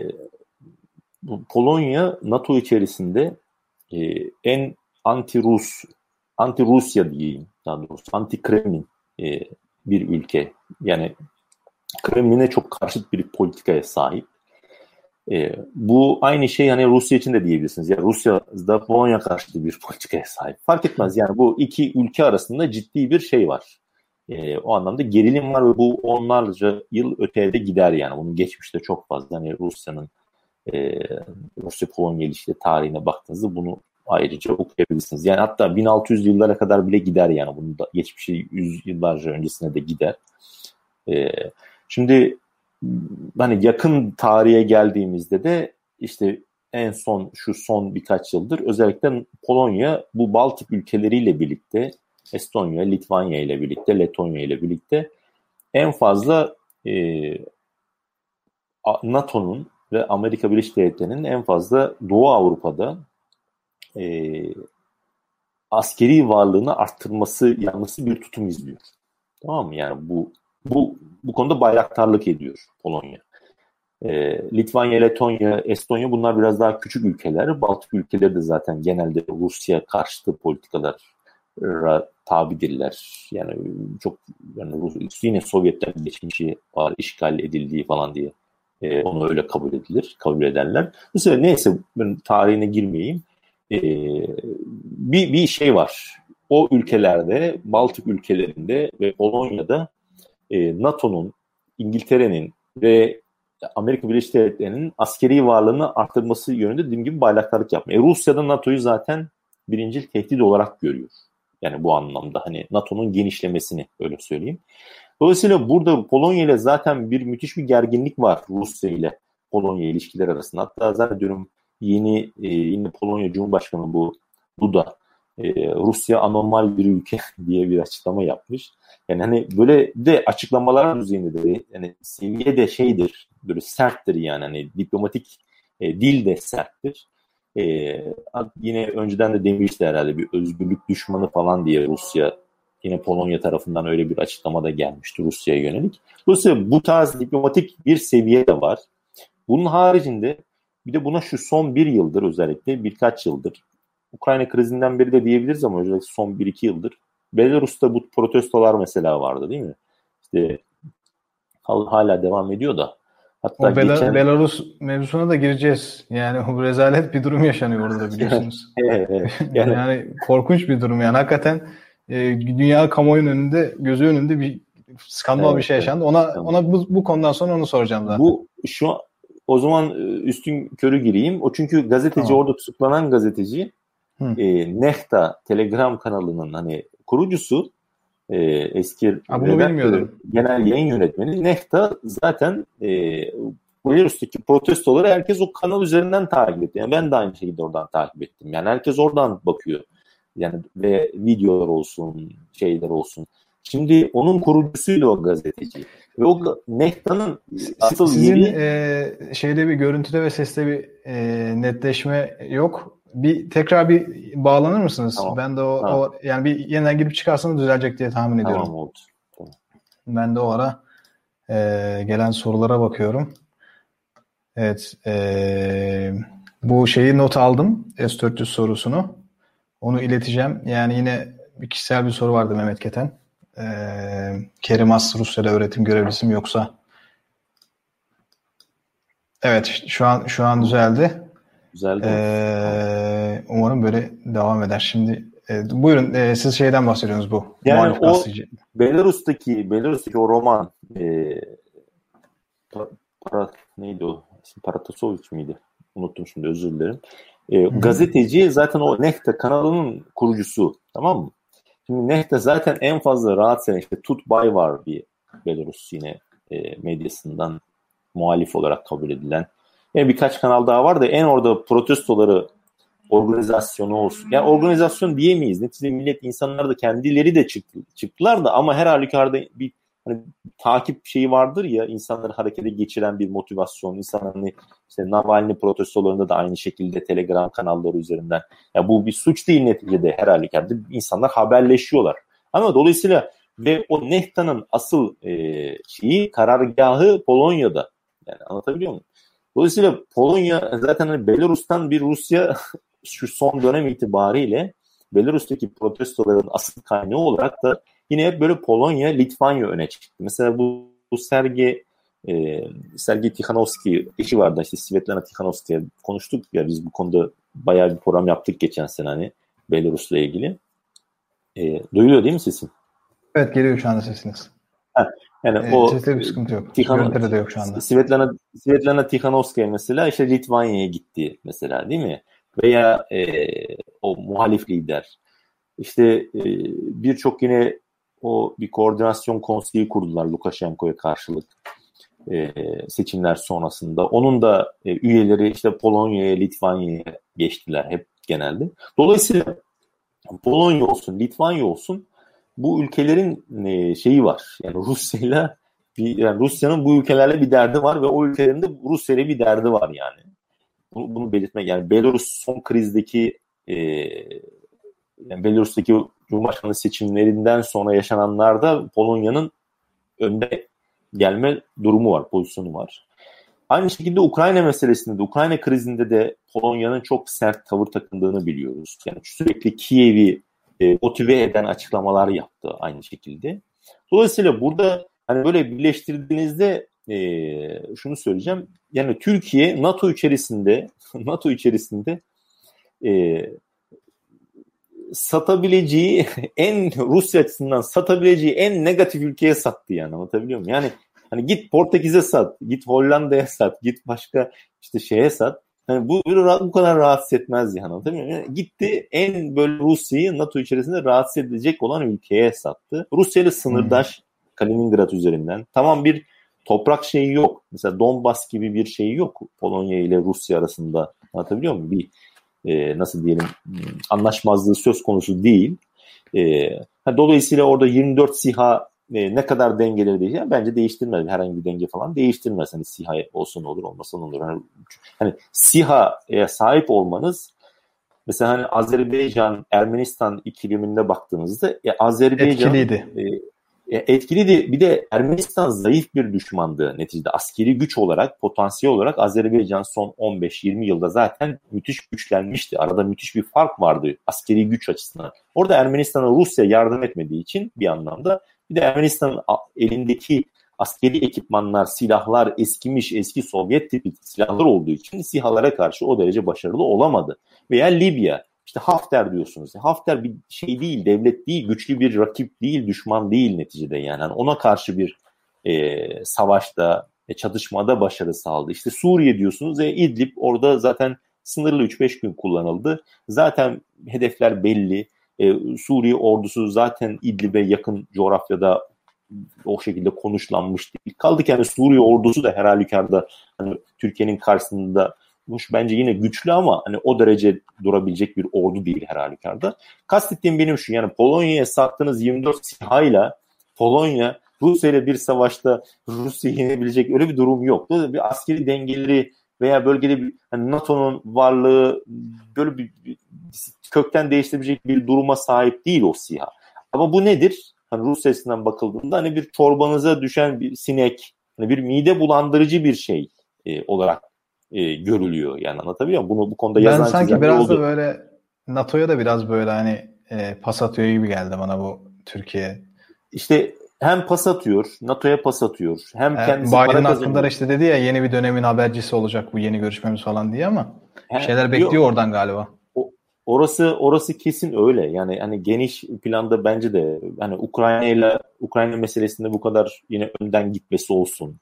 Polonya NATO içerisinde e, en anti-Rus, anti-Rusya diyeyim daha doğrusu anti-Kremlin e, bir ülke. Yani Kremlin'e çok karşıt bir politikaya sahip. E, bu aynı şey hani Rusya için de diyebilirsiniz. Yani Rusya da Polonya karşıtı bir politikaya sahip. Fark etmez yani bu iki ülke arasında ciddi bir şey var. E, o anlamda gerilim var ve bu onlarca yıl öteye de gider yani. Bunun geçmişte çok fazla hani Rusya'nın e, Rusya-Polonya ilişkileri tarihine baktığınızda bunu ayrıca okuyabilirsiniz. Yani hatta bin altı yüz yıllara kadar bile gider yani. Bunun da geçmişi yüz yıllarca öncesine de gider. E, şimdi hani yakın tarihe geldiğimizde de işte en son şu son birkaç yıldır özellikle Polonya bu Baltık ülkeleriyle birlikte Estonya, Litvanya ile birlikte, Letonya ile birlikte en fazla e, NATO'nun ve Amerika Birleşik Devletleri'nin en fazla Doğu Avrupa'da e, askeri varlığını arttırması yanlısı bir tutum izliyor. Tamam mı? Yani bu bu bu konuda bayraktarlık ediyor Polonya. E, Litvanya, Letonya, Estonya bunlar biraz daha küçük ülkeler. Baltık ülkeleri de zaten genelde Rusya karşıtı politikalara tabidirler. Yani çok yani yine Sovyetler geçmişi var, işgal edildiği falan diye e, onu öyle kabul edilir, kabul ederler. Mesela neyse ben tarihine girmeyeyim. E, bir bir şey var. O ülkelerde, Baltık ülkelerinde ve Polonya'da e, NATO'nun, İngiltere'nin ve Amerika Birleşik Devletleri'nin askeri varlığını arttırması yönünde dediğim gibi bayraktarlık yapmıyor. E, Rusya'da NATO'yu zaten birincil tehdit olarak görüyor. Yani bu anlamda hani NATO'nun genişlemesini öyle söyleyeyim. Dolayısıyla burada Polonya ile zaten bir müthiş bir gerginlik var Rusya ile Polonya ilişkileri arasında. Hatta zannediyorum yeni e, yine Polonya Cumhurbaşkanı bu Duda e, Rusya anormal bir ülke diye bir açıklama yapmış. Yani hani böyle de açıklamalar düzeyinde de yani seviye de şeydir, böyle serttir yani hani diplomatik e, dil de serttir. Ee, yine önceden de demişti herhalde bir özgürlük düşmanı falan diye Rusya yine Polonya tarafından öyle bir açıklama da gelmişti Rusya'ya yönelik. Dolayısıyla bu tarz diplomatik bir seviye de var. Bunun haricinde bir de buna şu son bir yıldır özellikle birkaç yıldır Ukrayna krizinden beri de diyebiliriz ama özellikle son bir iki yıldır Belarus'ta bu protestolar mesela vardı değil mi? İşte hala devam ediyor da. Hatta o Bela- geçen... Belarus mevzusuna da gireceğiz. Yani o rezalet bir durum yaşanıyor orada biliyorsunuz. evet, evet. Yani... yani korkunç bir durum yani. Hakikaten e, dünya kamuoyunun önünde, gözü önünde bir skandal evet, bir şey yaşandı. Evet. Ona ona bu, bu konudan sonra onu soracağım zaten. Bu şu o zaman üstün körü gireyim. O çünkü gazeteci tamam. Orada tutuklanan gazeteci e, Nehta Telegram kanalının hani kurucusu e, eski ha, bunu bilmiyordum. Genel yayın yönetmeni Nehta zaten e, Belarus'taki protestoları herkes o kanal üzerinden takip etti. Yani ben de aynı şekilde oradan takip ettim. Yani herkes oradan bakıyor. Yani ve videolar olsun, şeyler olsun. Şimdi onun kurucusuydu o gazeteci. Ve o Nehta'nın asıl Sizin yeri... e, şeyde bir görüntüde ve seste bir e, netleşme yok. Bir tekrar bir bağlanır mısınız? Tamam. Ben de o, tamam. o yani bir yeniden girip çıkarsanız düzelecek diye tahmin ediyorum. Tamam oldu. Tamam. Ben de o ara e, gelen sorulara bakıyorum. Evet. E, bu şeyi not aldım. S dört yüz sorusunu. Onu ileteceğim. Yani yine bir kişisel bir soru vardı Mehmet Keten. Ee, Kerim As Rusya'da öğretim görevlisi mi yoksa? Evet, şu an şu an düzeldi. Düzeldi. Ee, umarım böyle devam eder. Şimdi e, buyurun e, siz şeyden bahsediyorsunuz bu. Yani o Belarus'taki Belarus'taki o roman e, para, neydi o? Paratasovic miydi? Unuttum şimdi, özür dilerim. E, gazeteci zaten o Nehta kanalının kurucusu, tamam mı? Şimdi Nehta zaten en fazla rahatsız eden işte Tutbay var, bir Belarus yine e, medyasından muhalif olarak kabul edilen. Yani birkaç kanal daha var da en orada protestoları organizasyonu olsun. Yani organizasyon diyemeyiz. Neticede millet, insanlar da kendileri de çıktı, çıktılar da ama her halükarda bir hani takip şeyi vardır ya, insanları harekete geçiren bir motivasyon. İnsanlar hani işte Navalny protestolarında da aynı şekilde Telegram kanalları üzerinden. Ya bu bir suç değil neticede, her halükarda insanlar haberleşiyorlar. Ama dolayısıyla ve o Nehta'nın asıl e, şeyi, karargahı Polonya'da. Yani anlatabiliyor muyum? Dolayısıyla Polonya zaten hani Belarus'tan bir Rusya şu son dönem itibariyle Belarus'taki protestoların asıl kaynağı olarak da yine hep böyle Polonya, Litvanya öne çıktı. Mesela bu, bu Sergey e, Sergey Tikhanovsky eşi vardı, işte Svetlana Tikhanovskaya konuştuk ya, biz bu konuda bayağı bir program yaptık geçen sene hani Belarus'la ilgili. E, duyuluyor değil mi sesim? Evet, geliyor şu anda sesiniz. Ha, yani e, o sesde bir sıkıntı yok. Tikhan, de yok şu anda. Svetlana, Svetlana Tikhanovskaya mesela işte Litvanya'ya gitti mesela, değil mi? Veya e, o muhalif lider. İşte e, birçok yine o bir koordinasyon konseyi kurdular Lukashenko'ya karşılık e, seçimler sonrasında. Onun da e, üyeleri işte Polonya'ya, Litvanya'ya geçtiler hep genelde. Dolayısıyla Polonya olsun, Litvanya olsun, bu ülkelerin e, şeyi var. Yani Rusya'yla bir, yani Rusya'nın bu ülkelerle bir derdi var ve o ülkelerin de Rusya'yla bir derdi var yani. Bunu, bunu belirtmek, yani Belarus son krizdeki e, yani Belarus'taki Cumhurbaşkanlığı seçimlerinden sonra yaşananlarda Polonya'nın önde gelme durumu var, pozisyonu var. Aynı şekilde Ukrayna meselesinde de, Ukrayna krizinde de Polonya'nın çok sert tavır takındığını biliyoruz. Yani sürekli Kiev'i e, motive eden açıklamalar yaptı aynı şekilde. Dolayısıyla burada hani böyle birleştirdiğinizde e, şunu söyleyeceğim. Yani Türkiye NATO içerisinde NATO içerisinde e, satabileceği en Rusya açısından satabileceği en negatif ülkeye sattı yani, anlatabiliyor muyum? Yani hani git Portekiz'e sat, git Hollanda'ya sat, git başka işte şeye sat. Yani bu bu kadar rahatsız etmez yani, anlatabiliyor muyum? Yani gitti en böyle Rusya'yı NATO içerisinde rahatsız edecek olan ülkeye sattı. Rusya ile sınırdaş, hmm. Kaliningrad üzerinden. Tamam, bir toprak şeyi yok. Mesela Donbas gibi bir şeyi yok Polonya ile Rusya arasında. Anlatabiliyor muyum? Bir e, nasıl diyelim, anlaşmazlığı söz konusu değil. E, dolayısıyla orada yirmi dört SİHA e, ne kadar dengeleri değişir? Yani bence değiştirmez. Herhangi bir denge falan değiştirmez. Hani SİHA olsun olur, olmasın olur. Hani, hani SİHA'ya sahip olmanız, mesela hani Azerbaycan, Ermenistan ikileminde baktığınızda e, Azerbaycan etkiliydi. E, etkiliydi. Bir de Ermenistan zayıf bir düşmandı neticede. Askeri güç olarak, potansiyel olarak Azerbaycan son on beş yirmi yılda zaten müthiş güçlenmişti. Arada müthiş bir fark vardı askeri güç açısından. Orada Ermenistan'a Rusya yardım etmediği için bir anlamda, bir de Ermenistan'ın elindeki askeri ekipmanlar, silahlar eskimiş, eski Sovyet tipi silahlar olduğu için SİHA'lara karşı o derece başarılı olamadı. Veya Libya. İşte Hafter diyorsunuz. Hafter bir şey değil, devlet değil, güçlü bir rakip değil, düşman değil neticede yani. yani ona karşı bir e, savaşta, e, çatışmada başarı sağladı. İşte Suriye diyorsunuz. E, İdlib orada zaten sınırlı üç beş gün kullanıldı. Zaten hedefler belli. E, Suriye ordusu zaten İdlib'e yakın coğrafyada o şekilde konuşlanmış değil. Kaldı ki yani Suriye ordusu da her halükarda hani Türkiye'nin karşısında bence yine güçlü ama hani o derece durabilecek bir ordu değil her halükarda. Kastettiğim benim şu, yani Polonya'ya sattığınız yirmi dört SİHA'yla Polonya Rusya ile bir savaşta Rusya'yı yenebilecek öyle bir durum yok. Böyle bir askeri dengeleri veya bölgede bir hani NATO'nun varlığı böyle bir, bir kökten değiştirebilecek bir duruma sahip değil o SİHA. Ama bu nedir? Hani Rusya açısından bakıldığında hani bir çorbanıza düşen bir sinek, hani bir mide bulandırıcı bir şey e, olarak e, görülüyor. Yani anlatabiliyor muyum? Bunu bu konuda yazan ben sanki biraz oldu. da böyle NATO'ya da biraz böyle hani e, pas atıyor gibi geldi bana bu Türkiye. İşte hem pas atıyor, NATO'ya pas atıyor. Hem yani kendisi Biden para kazanıyor. hakkında işte dedi ya yeni bir dönemin habercisi olacak bu yeni görüşmemiz falan diye ama He, bir şeyler bekliyor yok. oradan galiba. O, orası orası kesin öyle. Yani hani geniş planda bence de hani Ukrayna ile Ukrayna meselesinde bu kadar yine önden gitmesi olsun.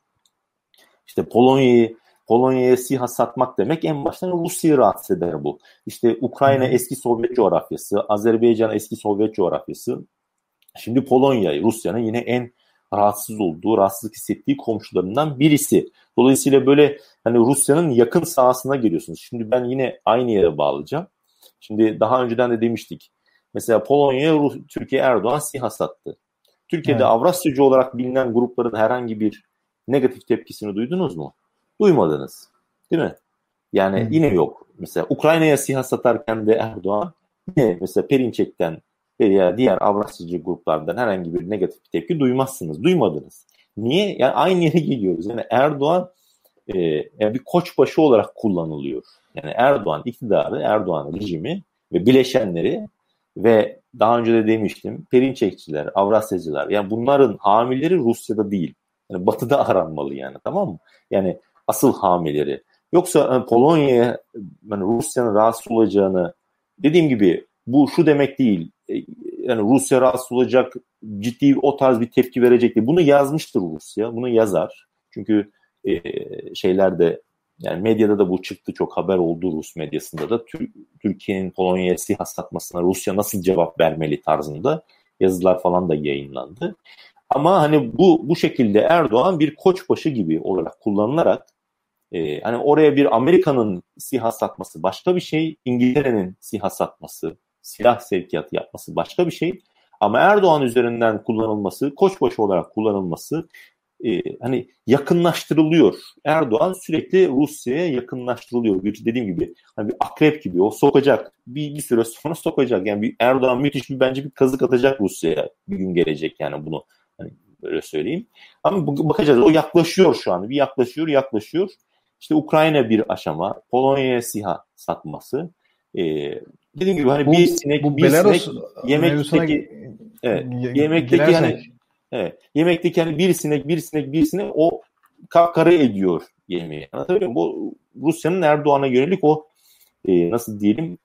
İşte Polonya'yı Polonya'ya SİHA satmak demek en baştan Rusya'yı rahatsız eder bu. İşte Ukrayna hmm. eski Sovyet coğrafyası, Azerbaycan eski Sovyet coğrafyası. Şimdi Polonya, Rusya'nın yine en rahatsız olduğu, rahatsızlık hissettiği komşularından birisi. Dolayısıyla böyle hani Rusya'nın yakın sahasına geliyorsunuz. Şimdi ben yine aynı yere bağlayacağım. Şimdi daha önceden de demiştik. Mesela Polonya'ya Türkiye Erdoğan SİHA sattı. Türkiye'de evet. Avrasyacı olarak bilinen grupların herhangi bir negatif tepkisini duydunuz mu? Duymadınız. Değil mi? Yani hmm. yine yok. Mesela Ukrayna'ya SİHA satarken de Erdoğan yine mesela Perinçek'ten veya diğer Avrasyacı gruplardan herhangi bir negatif tepki duymazsınız. Duymadınız. Niye? Yani aynı yere geliyoruz. Yani Erdoğan e, yani bir koçbaşı olarak kullanılıyor. Yani Erdoğan iktidarı, Erdoğan rejimi ve bileşenleri ve daha önce de demiştim Perinçekçiler, Avrasyacılar, yani bunların hamileri Rusya'da değil. Yani Batı'da aranmalı yani, tamam mı? Yani asıl hamileri. Yoksa yani Polonya'ya yani Rusya'nın rahatsız olacağını, dediğim gibi bu şu demek değil. Yani Rusya rahatsız olacak, ciddi o tarz bir tepki verecek diye. Bunu yazmıştır Rusya. Bunu yazar. Çünkü e, şeylerde yani medyada da bu çıktı, çok haber oldu Rus medyasında da. Türkiye'nin Polonya'ya SİHA satmasına Rusya nasıl cevap vermeli tarzında yazılar falan da yayınlandı. Ama hani bu bu şekilde Erdoğan bir koçbaşı gibi olarak kullanılarak e, hani oraya bir Amerika'nın SİHA satması başka bir şey, İngiltere'nin SİHA satması, silah sevkiyatı yapması başka bir şey. Ama Erdoğan üzerinden kullanılması, koçbaşı olarak kullanılması e, hani yakınlaştırılıyor. Erdoğan sürekli Rusya'ya yakınlaştırılıyor. Bir, dediğim gibi hani bir akrep gibi o sokacak. Bir, bir süre sonra sokacak. Yani bir Erdoğan müthiş bir bence bir kazık atacak Rusya'ya, bir gün gelecek yani, bunu hani böyle söyleyeyim. Ama bu, bakacağız. O yaklaşıyor şu an. Bir yaklaşıyor, yaklaşıyor. İşte Ukrayna bir aşama, Polonya'ya SİHA satması. E, dediğim gibi hani bu, bir sinek, bu bir Belarus sinek yemekteki evet, yemekteki hani evet, yemekteki hani bir sinek, bir sinek, bir sinek o kapkara ediyor yemeği. Anlatabiliyor muyum? Bu Rusya'nın Erdoğan'a yönelik o e, nasıl diyelim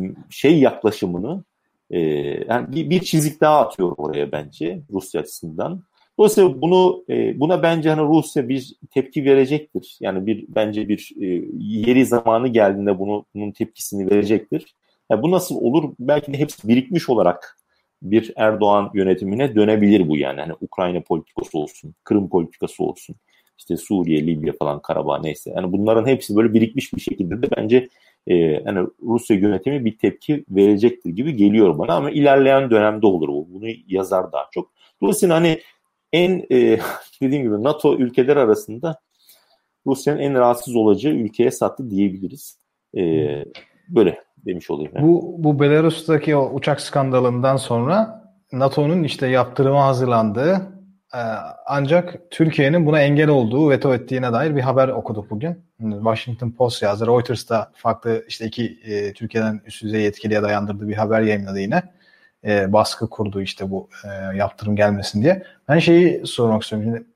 şey yaklaşımını e, yani bir, bir çizik daha atıyor oraya bence Rusya açısından. Dolayısıyla bunu e, buna bence hani Rusya bir tepki verecektir. Yani bir bence bir e, yeri zamanı geldiğinde bunu bunun tepkisini verecektir. Yani bu nasıl olur? Belki de hepsi birikmiş olarak bir Erdoğan yönetimine dönebilir bu yani. Hani Ukrayna politikası olsun, Kırım politikası olsun, işte Suriye, Libya falan, Karabağ neyse. Yani bunların hepsi böyle birikmiş bir şekilde de bence e, yani Rusya yönetimi bir tepki verecektir gibi geliyor bana, ama ilerleyen dönemde olur bu. Bunu yazar daha çok. Dolayısıyla hani en e, dediğim gibi NATO ülkeler arasında Rusya'nın en rahatsız olacağı ülkeye sattı diyebiliriz. E, böyle demiş olayım. Yani. Bu, bu Belarus'taki o uçak skandalından sonra NATO'nun işte yaptırıma hazırlandığı e, ancak Türkiye'nin buna engel olduğu, veto ettiğine dair bir haber okuduk bugün. Washington Post yazdı. Reuters da farklı işte iki e, Türkiye'den üst düzey yetkiliye dayandırdığı bir haber yayınladı yine. E, baskı kurdu işte bu e, yaptırım gelmesin diye. Ben şeyi sormak istiyorum. Şimdi,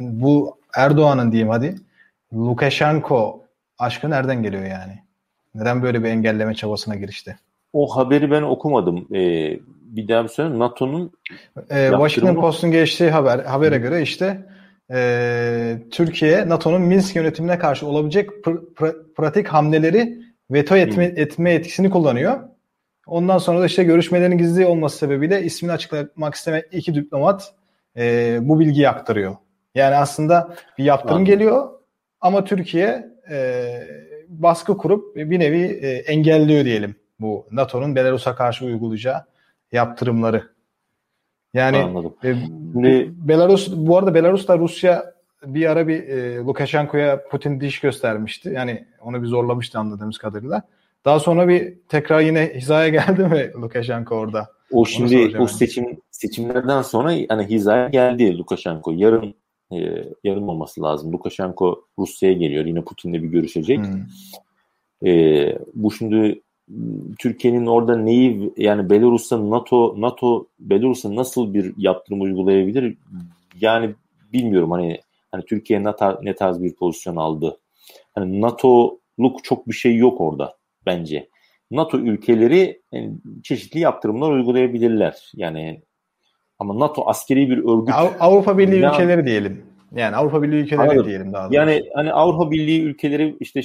bu Erdoğan'ın diyeyim hadi Lukashenko aşkı nereden geliyor yani? Neden böyle bir engelleme çabasına girişti? O haberi ben okumadım. Ee, bir daha bir söyleyeyim. NATO'nun Ee, Washington Post'un geçtiği haber habere göre işte e, Türkiye NATO'nun Minsk yönetimine karşı olabilecek pr- pr- pratik hamleleri veto etme, etme etkisini kullanıyor. Ondan sonra da işte görüşmelerin gizli olması sebebiyle ismini açıklamak istemeyen iki diplomat e, bu bilgiyi aktarıyor. Yani aslında bir yaptırım Anladım. geliyor ama Türkiye e, baskı kurup bir nevi e, engelliyor diyelim bu NATO'nun Belarus'a karşı uygulayacağı yaptırımları. Yani e, ne? Belarus, bu arada Belarus'ta Rusya bir ara bir e, Lukashenko'ya Putin diş göstermişti. Yani onu bir zorlamıştı anladığımız kadarıyla. Daha sonra bir tekrar yine hizaya geldi mi Lukashenko orada? O şimdi o seçim yani. seçimlerden sonra hani hizaya geldi Lukashenko. Yarın e, yarın olması lazım. Lukashenko Rusya'ya geliyor. Yine Putin'le bir görüşecek. Hmm. E, bu şimdi Türkiye'nin orada neyi yani Belarus'a NATO NATO Belarus'a nasıl bir yaptırım uygulayabilir? Yani bilmiyorum hani hani Türkiye ne tarz, ne tarz bir pozisyon aldı. Hani NATO'luk çok bir şey yok orada bence. NATO ülkeleri yani, çeşitli yaptırımlar uygulayabilirler. Yani ama NATO askeri bir örgüt. Avrupa Birliği ya, ülkeleri diyelim. Yani Avrupa Birliği ülkeleri anladım. diyelim daha doğrusu. Yani hani Avrupa Birliği ülkeleri işte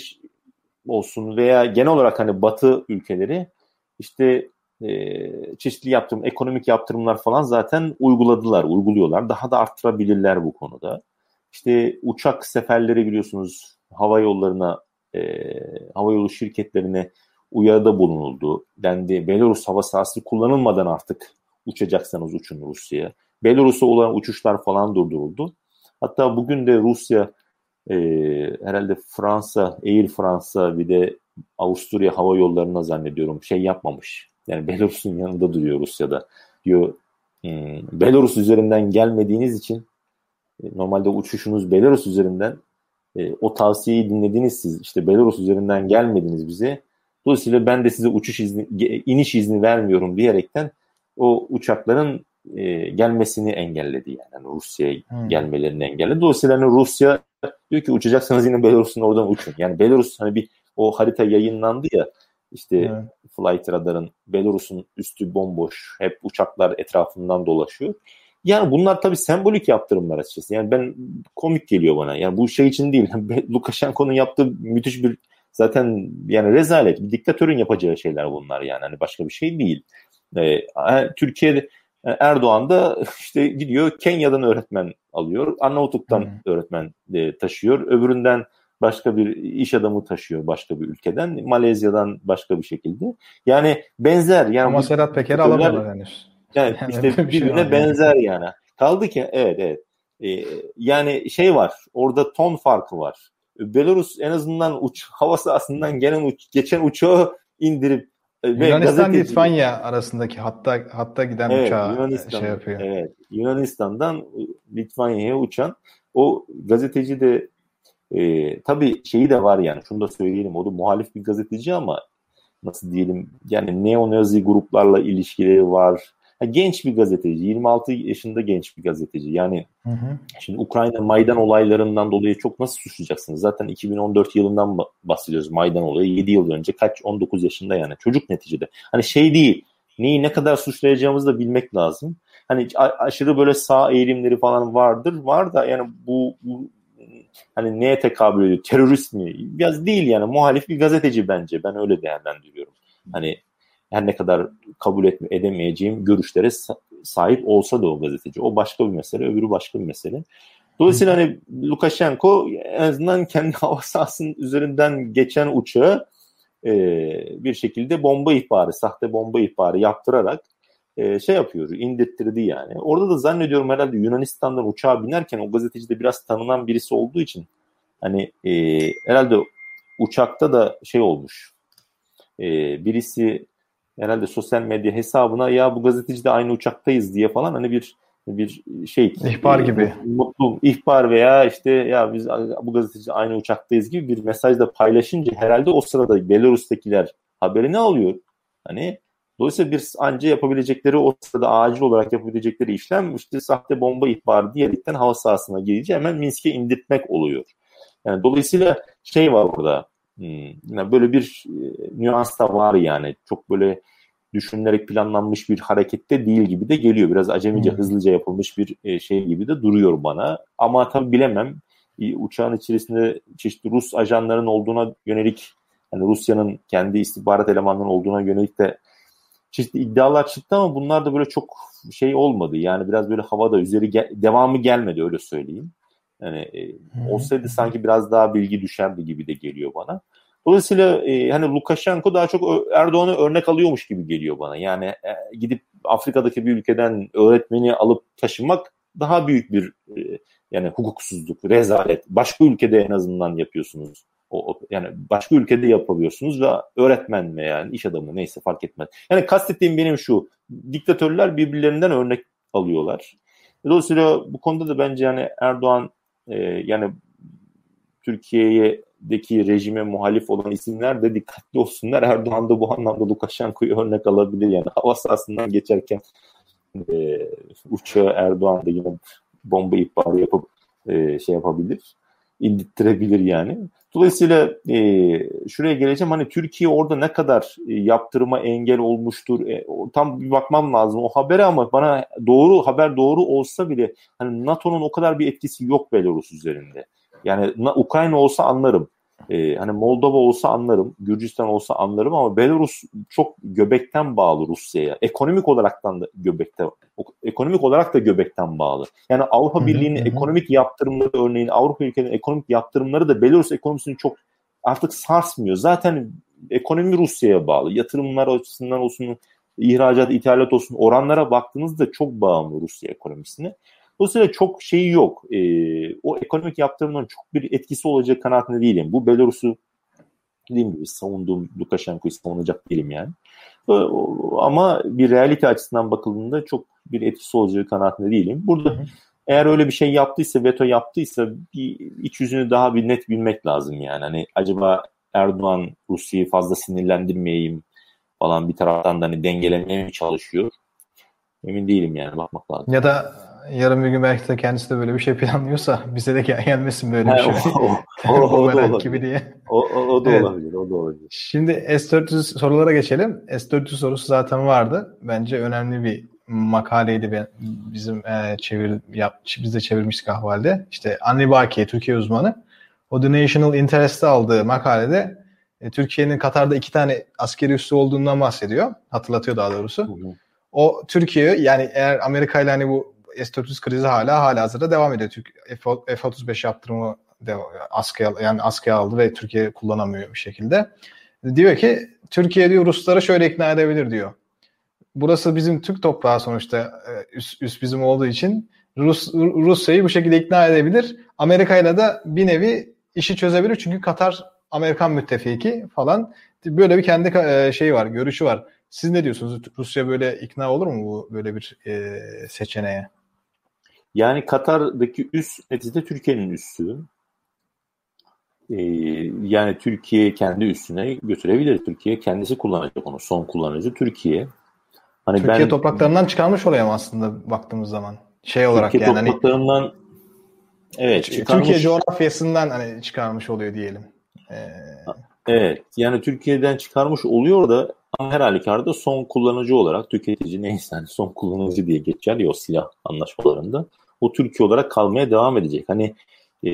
olsun veya genel olarak hani Batı ülkeleri işte e, çeşitli yaptırım, ekonomik yaptırımlar falan zaten uyguladılar, uyguluyorlar. Daha da arttırabilirler bu konuda. İşte uçak seferleri biliyorsunuz hava yollarına, e, hava yolu şirketlerine uyarıda bulunuldu. Dendi Belarus hava sahası kullanılmadan artık uçacaksanız uçun Rusya'ya. Belarus'a olan uçuşlar falan durduruldu. Hatta bugün de Rusya e, herhalde Fransa, Air Fransa bir de Avusturya hava yollarına zannediyorum şey yapmamış. Yani Belarus'un yanında duruyor Rusya'da. Diyor hmm, Belarus üzerinden gelmediğiniz için e, normalde uçuşunuz Belarus üzerinden e, o tavsiyeyi dinlediniz siz. İşte Belarus üzerinden gelmediniz bize. Dolayısıyla ben de size uçuş izni, iniş izni vermiyorum diyerekten o uçakların e, gelmesini engelledi yani. yani Rusya'ya hmm. gelmelerini engelledi. Dolayısıyla hani Rusya diyor ki uçacaksanız yine Belarus'un oradan uçun. Yani Belarus hani bir o harita yayınlandı ya işte evet. Flight Radar'ın Belarus'un üstü bomboş. Hep uçaklar etrafından dolaşıyor. Yani bunlar tabii sembolik yaptırımlar açıkçası. Yani ben komik geliyor bana. Yani bu şey için değil. Lukashenko'nun yaptığı müthiş bir zaten yani rezalet. Bir diktatörün yapacağı şeyler bunlar yani. Hani başka bir şey değil. Ee, Türkiye'de Erdoğan da işte gidiyor Kenya'dan öğretmen alıyor. Arnavutluk'tan hmm. öğretmen e, taşıyor. Öbüründen başka bir iş adamı taşıyor başka bir ülkeden. Malezya'dan başka bir şekilde. Yani benzer. Yani ama Sedat Peker'i alamıyorlar henüz. Yani, yani işte birbirine şey benzer yani. Kaldı ki evet evet. Ee, yani şey var. Orada ton farkı var. Belarus en azından uç, hava sahasından gelen uç, geçen uçağı indirip Yunanistan Litvanya arasındaki hatta hatta giden evet, uçağı şey yapıyor. Evet. Yunanistan'dan Litvanya'ya uçan o gazeteci de e, tabii şeyi de var yani. Şunu da söyleyelim. O da muhalif bir gazeteci ama nasıl diyelim yani neonazi gruplarla ilişkileri var. Ha, genç bir gazeteci. yirmi altı yaşında genç bir gazeteci. Yani hı hı. Şimdi Ukrayna Maydan olaylarından dolayı çok nasıl suçlayacaksınız? Zaten iki bin on dört yılından bahsediyoruz Maydan olayı. yedi yıl önce kaç? on dokuz yaşında yani. Çocuk neticede. Hani şey değil. Neyi ne kadar suçlayacağımızı da bilmek lazım. Hani aşırı böyle sağ eğilimleri falan vardır. Var da yani bu, bu hani neye tekabül ediyor? Terörist mi? Biraz değil yani. Muhalif bir gazeteci bence. Ben öyle değerlendiriyorum. Hani her ne kadar kabul etme, edemeyeceğim görüşlere sahip olsa da o gazeteci. O başka bir mesele, öbürü başka bir mesele. Dolayısıyla hani Lukashenko en azından kendi hava sahasının üzerinden geçen uçağı e, bir şekilde bomba ihbarı, sahte bomba ihbarı yaptırarak e, şey yapıyor, indirttirdi yani. Orada da zannediyorum herhalde Yunanistan'dan uçağa binerken o gazeteci de biraz tanınan birisi olduğu için hani e, herhalde uçakta da şey olmuş. E, birisi herhalde sosyal medya hesabına ya bu gazeteci de aynı uçaktayız diye falan hani bir bir şey ihbar gibi mutlu ihbar veya işte ya biz bu gazeteci aynı uçaktayız gibi bir mesaj da paylaşınca herhalde o sırada Belarus'takiler haberini alıyor. Hani dolayısıyla bir anca yapabilecekleri o sırada acil olarak yapabilecekleri işlem işte sahte bomba ihbarı diyerekten hava sahasına girince hemen Minsk'e indirtmek oluyor. Yani dolayısıyla şey var orada. Hmm, yani böyle bir e, nüans da var yani. Çok böyle düşünülerek planlanmış bir harekette değil gibi de geliyor. Biraz acemice, hmm. hızlıca yapılmış bir e, şey gibi de duruyor bana. Ama tabii bilemem. E, uçağın içerisinde çeşitli Rus ajanların olduğuna yönelik, yani Rusya'nın kendi istihbarat elemanlarının olduğuna yönelik de çeşitli iddialar çıktı ama bunlar da böyle çok şey olmadı. Yani biraz böyle havada, üzeri gel- devamı gelmedi, öyle söyleyeyim. Yani e, olsaydı sanki biraz daha bilgi düşerdi gibi de geliyor bana. Dolayısıyla e, hani Lukashenko daha çok Erdoğan'ı örnek alıyormuş gibi geliyor bana. Yani e, gidip Afrika'daki bir ülkeden öğretmeni alıp taşımak daha büyük bir e, yani hukuksuzluk, rezalet. Başka ülkede en azından yapıyorsunuz. O, o, yani başka ülkede yapabiliyorsunuz ve öğretmen mi yani iş adamı neyse fark etmez. Yani kastettiğim benim şu, diktatörler birbirlerinden örnek alıyorlar. Dolayısıyla bu konuda da bence yani Erdoğan e, yani Türkiye'deki rejime muhalif olan isimler de dikkatli olsunlar. Erdoğan da bu anlamda Lukashenko'yu örnek alabilir. Yani hava sahasından geçerken e, uçağı Erdoğan da yine bomba ihbarı yapıp e, şey yapabilir, indirttirebilir yani. Dolayısıyla e, şuraya geleceğim. Hani Türkiye orada ne kadar e, yaptırıma engel olmuştur? E, o, tam bir bakmam lazım o habere ama bana doğru haber doğru olsa bile hani NATO'nun o kadar bir etkisi yok Belarus üzerinde. Yani Ukrayna olsa anlarım. Ee, hani Moldova olsa anlarım. Gürcistan olsa anlarım ama Belarus çok göbekten bağlı Rusya'ya. Ekonomik olaraktan da göbekten ekonomik olarak da göbekten bağlı. Yani Avrupa Birliği'nin ekonomik yaptırımları, örneğin Avrupa ülkelerinin ekonomik yaptırımları da Belarus ekonomisini çok artık sarsmıyor. Zaten ekonomi Rusya'ya bağlı. Yatırımlar açısından olsun, ihracat, ithalat olsun, oranlara baktığınızda çok bağımlı Rusya ekonomisine. Dolayısıyla çok şeyi yok. E, o ekonomik yaptırımların çok bir etkisi olacak kanaatinde değilim. Bu Belarus'u dediğim gibi savunduğum Lukashenko'yu savunacak değilim yani. E, o, ama bir realite açısından bakıldığında çok bir etkisi olacağı kanaatinde değilim. Burada hı hı. Eğer öyle bir şey yaptıysa, veto yaptıysa bir iç yüzünü daha bir net bilmek lazım yani. Hani acaba Erdoğan Rusya'yı fazla sinirlendirmeyeyim falan bir taraftan da hani dengelemeye mi çalışıyor? Emin değilim yani, bakmak lazım. Ya da yarın bir gün belki de kendisi de böyle bir şey planlıyorsa bize de gel- gelmesin böyle bir şey. o, o, o, o da olabilir. Gibi diye. O, o, o da evet. olabilir. O da olabilir. Şimdi S dört yüz sorulara geçelim. S dört yüz sorusu zaten vardı. Bence önemli bir makaleydi. Bizim e, çevir yap, biz de çevirmiştik ahvalde. İşte Anli Baki, Türkiye uzmanı. O The National Interest'te aldığı makalede e, Türkiye'nin Katar'da iki tane askeri üssü olduğundan bahsediyor. Hatırlatıyor daha doğrusu. Hı hı. O Türkiye, yani eğer Amerika ile hani bu S dört yüz krizi hala hala hazırda devam ediyor. F otuz beş yaptırımı de askıya, yani askıya aldı ve Türkiye kullanamıyor bir şekilde. Diyor ki Türkiye diyor Rusları şöyle ikna edebilir diyor. Burası bizim Türk toprağı sonuçta, üst, üst bizim olduğu için Rus, Rusya'yı bu şekilde ikna edebilir. Amerika ile de bir nevi işi çözebilir çünkü Katar Amerikan müttefiki falan. Böyle bir kendi şeyi var, görüşü var. Siz ne diyorsunuz? Rusya böyle ikna olur mu bu böyle bir e, seçeneğe? Yani Katar'daki üs neticede Türkiye'nin üssü. Ee, yani Türkiye kendi üstüne götürebilir. Türkiye kendisi kullanacak onu. Son kullanıcı Türkiye. Hani Türkiye ben, topraklarından çıkarmış oluyor aslında baktığımız zaman. Şey olarak Türkiye yani topraklarından hani, evet, çıkarmış. Türkiye coğrafyasından hani çıkarmış oluyor diyelim. Ee, evet. Yani Türkiye'den çıkarmış oluyor da ama her halükarda son kullanıcı olarak, tüketici neyse hani son kullanıcı diye geçer ya o silah anlaşmalarında. O Türkiye olarak kalmaya devam edecek. Hani e,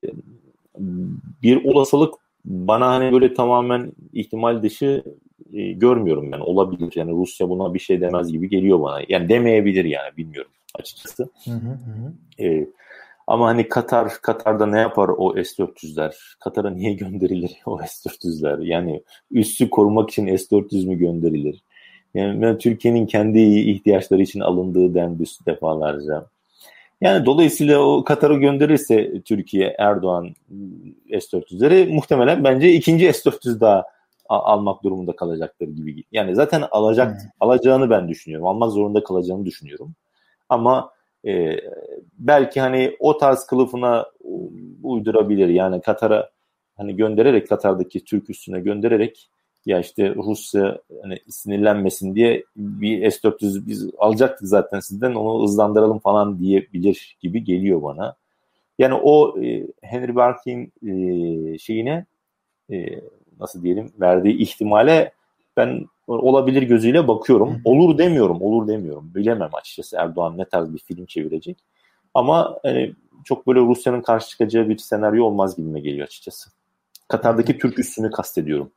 bir olasılık bana hani böyle tamamen ihtimal dışı e, görmüyorum ben. Olabilir. Yani Rusya buna bir şey demez gibi geliyor bana. Yani demeyebilir yani, bilmiyorum açıkçası. Hı hı hı. E, ama hani Katar, Katar'da ne yapar o S dört yüzler? Katar'a niye gönderilir o S dört yüzler? Yani üssü korumak için S dört yüz mü gönderilir? Yani Türkiye'nin kendi ihtiyaçları için alındığı dendi defalarca. Yani dolayısıyla o Katar'ı gönderirse Türkiye, Erdoğan S dört yüzleri muhtemelen bence ikinci S dört yüz daha almak durumunda kalacaktır gibi. Yani zaten alacak, hmm. alacağını ben düşünüyorum. Almak zorunda kalacağını düşünüyorum. Ama e, belki hani o tarz kılıfına uydurabilir. Yani Katar'a hani göndererek, Katar'daki Türk üssüne göndererek, ya işte Rusya hani sinirlenmesin diye bir S dört yüz biz alacaktık zaten sizden, onu hızlandıralım falan diyebilir gibi geliyor bana. Yani o e, Henry Barkey'in e, şeyine e, nasıl diyelim verdiği ihtimale ben olabilir gözüyle bakıyorum. Olur demiyorum, olur demiyorum. Bilemem açıkçası Erdoğan ne tarz bir film çevirecek. Ama hani çok böyle Rusya'nın karşı çıkacağı bir senaryo olmaz gibime geliyor açıkçası. Katar'daki Türk üssünü kastediyorum.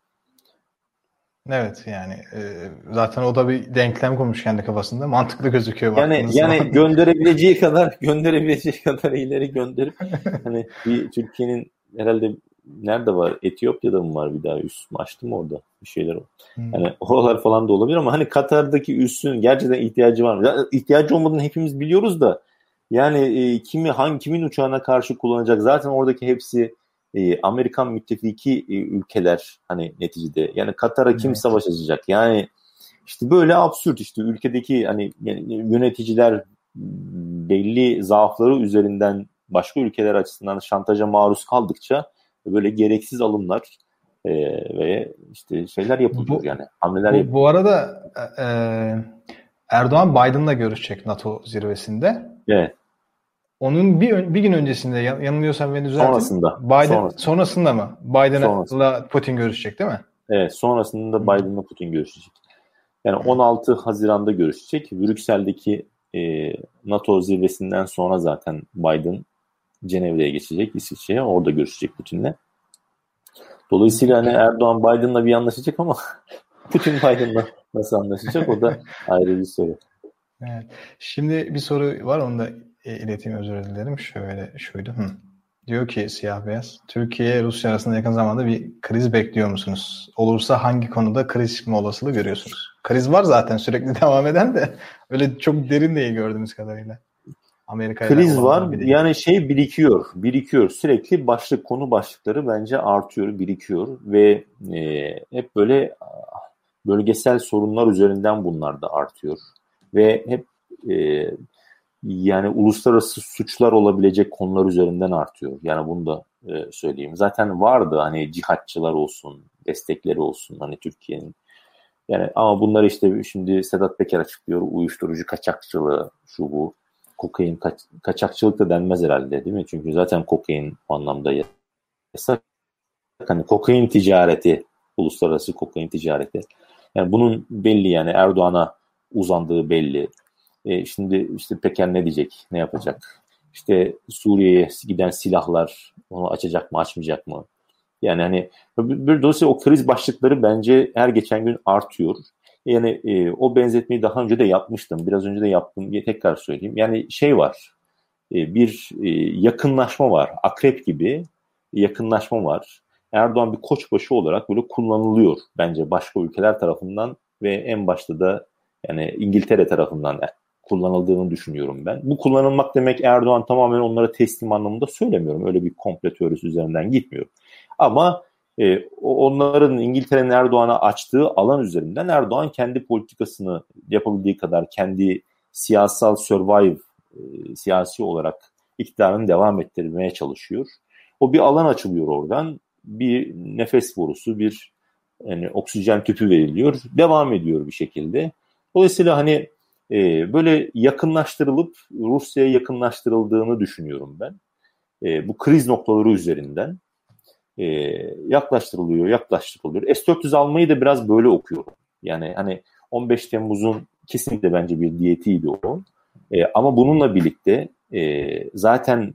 Evet yani e, zaten o da bir denklem kurmuş kendi kafasında. Mantıklı gözüküyor. Yani yani zaman. gönderebileceği kadar gönderebileceği kadar ileri gönderip hani bir Türkiye'nin herhalde nerede var? Etiyopya'da mı var bir daha üs mü? Açtı mı orada bir şeyler o. Hmm. Yani oralar falan da olabilir ama hani Katar'daki üssün gerçekten ihtiyacı var mı? Yani ihtiyacı olmadığını hepimiz biliyoruz da yani e, kimi hangi kimin uçağına karşı kullanacak? Zaten oradaki hepsi e, Amerikan müttefiki e, ülkeler hani neticede. Yani Katar'a kim evet. savaş açacak? Yani işte böyle absürt işte ülkedeki hani yöneticiler belli zaafları üzerinden başka ülkeler açısından şantaja maruz kaldıkça böyle gereksiz alımlar e, ve işte şeyler yapılıyor bu, yani hamleler bu, yapılıyor. Bu arada e, Erdoğan Biden'la görüşecek NATO zirvesinde. Evet. Onun bir bir gün öncesinde yanılıyorsam beni düzeltin. Sonrasında. Biden sonrasında. sonrasında mı? Biden'la Putin görüşecek değil mi? Evet, sonrasında Biden'la Putin görüşecek. Yani on altı Haziran'da görüşecek. Brüksel'deki e, NATO zirvesinden sonra zaten Biden Cenevre'ye geçecek, İsviçre'ye. Orada görüşecek Putin'le. Dolayısıyla hani Erdoğan Biden'la bir anlaşacak ama Putin Biden'la nasıl anlaşacak o da ayrı bir soru. Evet. Şimdi bir soru var, onu da ileteyim, özür dilerim. Şöyle şuydu. Hı. Diyor ki siyah beyaz, Türkiye Rusya arasında yakın zamanda bir kriz bekliyor musunuz? Olursa hangi konuda kriz çıkma olasılığı görüyorsunuz? Kriz var zaten sürekli devam eden de öyle çok derin değil gördüğümüz kadarıyla. Amerika kriz var yani şey birikiyor birikiyor sürekli başlık konu başlıkları bence artıyor birikiyor ve e, hep böyle bölgesel sorunlar üzerinden bunlar da artıyor ve hep e, yani uluslararası suçlar olabilecek konular üzerinden artıyor. Yani bunu da e, söyleyeyim. Zaten vardı hani cihatçılar olsun, destekleri olsun hani Türkiye'nin. Yani ama bunlar işte şimdi Sedat Peker açıklıyor. Uyuşturucu kaçakçılığı, şu bu. Kokain kaç, kaçakçılık da denmez herhalde değil mi? Çünkü zaten kokain bu anlamda yasak. Hani kokain ticareti, uluslararası kokain ticareti. Yani bunun belli yani Erdoğan'a uzandığı belli. E şimdi işte Peker ne diyecek, ne yapacak? İşte Suriye'ye giden silahlar onu açacak mı, açmayacak mı? Yani hani bir dolayısıyla o kriz başlıkları bence her geçen gün artıyor. Yani e, o benzetmeyi daha önce de yapmıştım. Biraz önce de yaptım diye tekrar söyleyeyim. Yani şey var, e, bir e, yakınlaşma var. Akrep gibi yakınlaşma var. Erdoğan bir koçbaşı olarak böyle kullanılıyor bence başka ülkeler tarafından ve en başta da yani İngiltere tarafından kullanıldığını düşünüyorum ben. Bu kullanılmak demek Erdoğan tamamen onlara teslim anlamında söylemiyorum. Öyle bir komple teorisi üzerinden gitmiyor. Ama e, onların İngiltere'nin Erdoğan'a açtığı alan üzerinden Erdoğan kendi politikasını yapabildiği kadar kendi siyasal survive e, siyasi olarak iktidarını devam ettirmeye çalışıyor. O bir alan açılıyor oradan. Bir nefes borusu, bir yani oksijen tüpü veriliyor. Devam ediyor bir şekilde. Dolayısıyla hani e, böyle yakınlaştırılıp Rusya'ya yakınlaştırıldığını düşünüyorum ben. E, bu kriz noktaları üzerinden e, yaklaştırılıyor, yaklaştırılıyor. S dört yüz almayı da biraz böyle okuyorum. Yani hani on beş Temmuz'un kesinlikle bence bir diyetiydi o. E, ama bununla birlikte e, zaten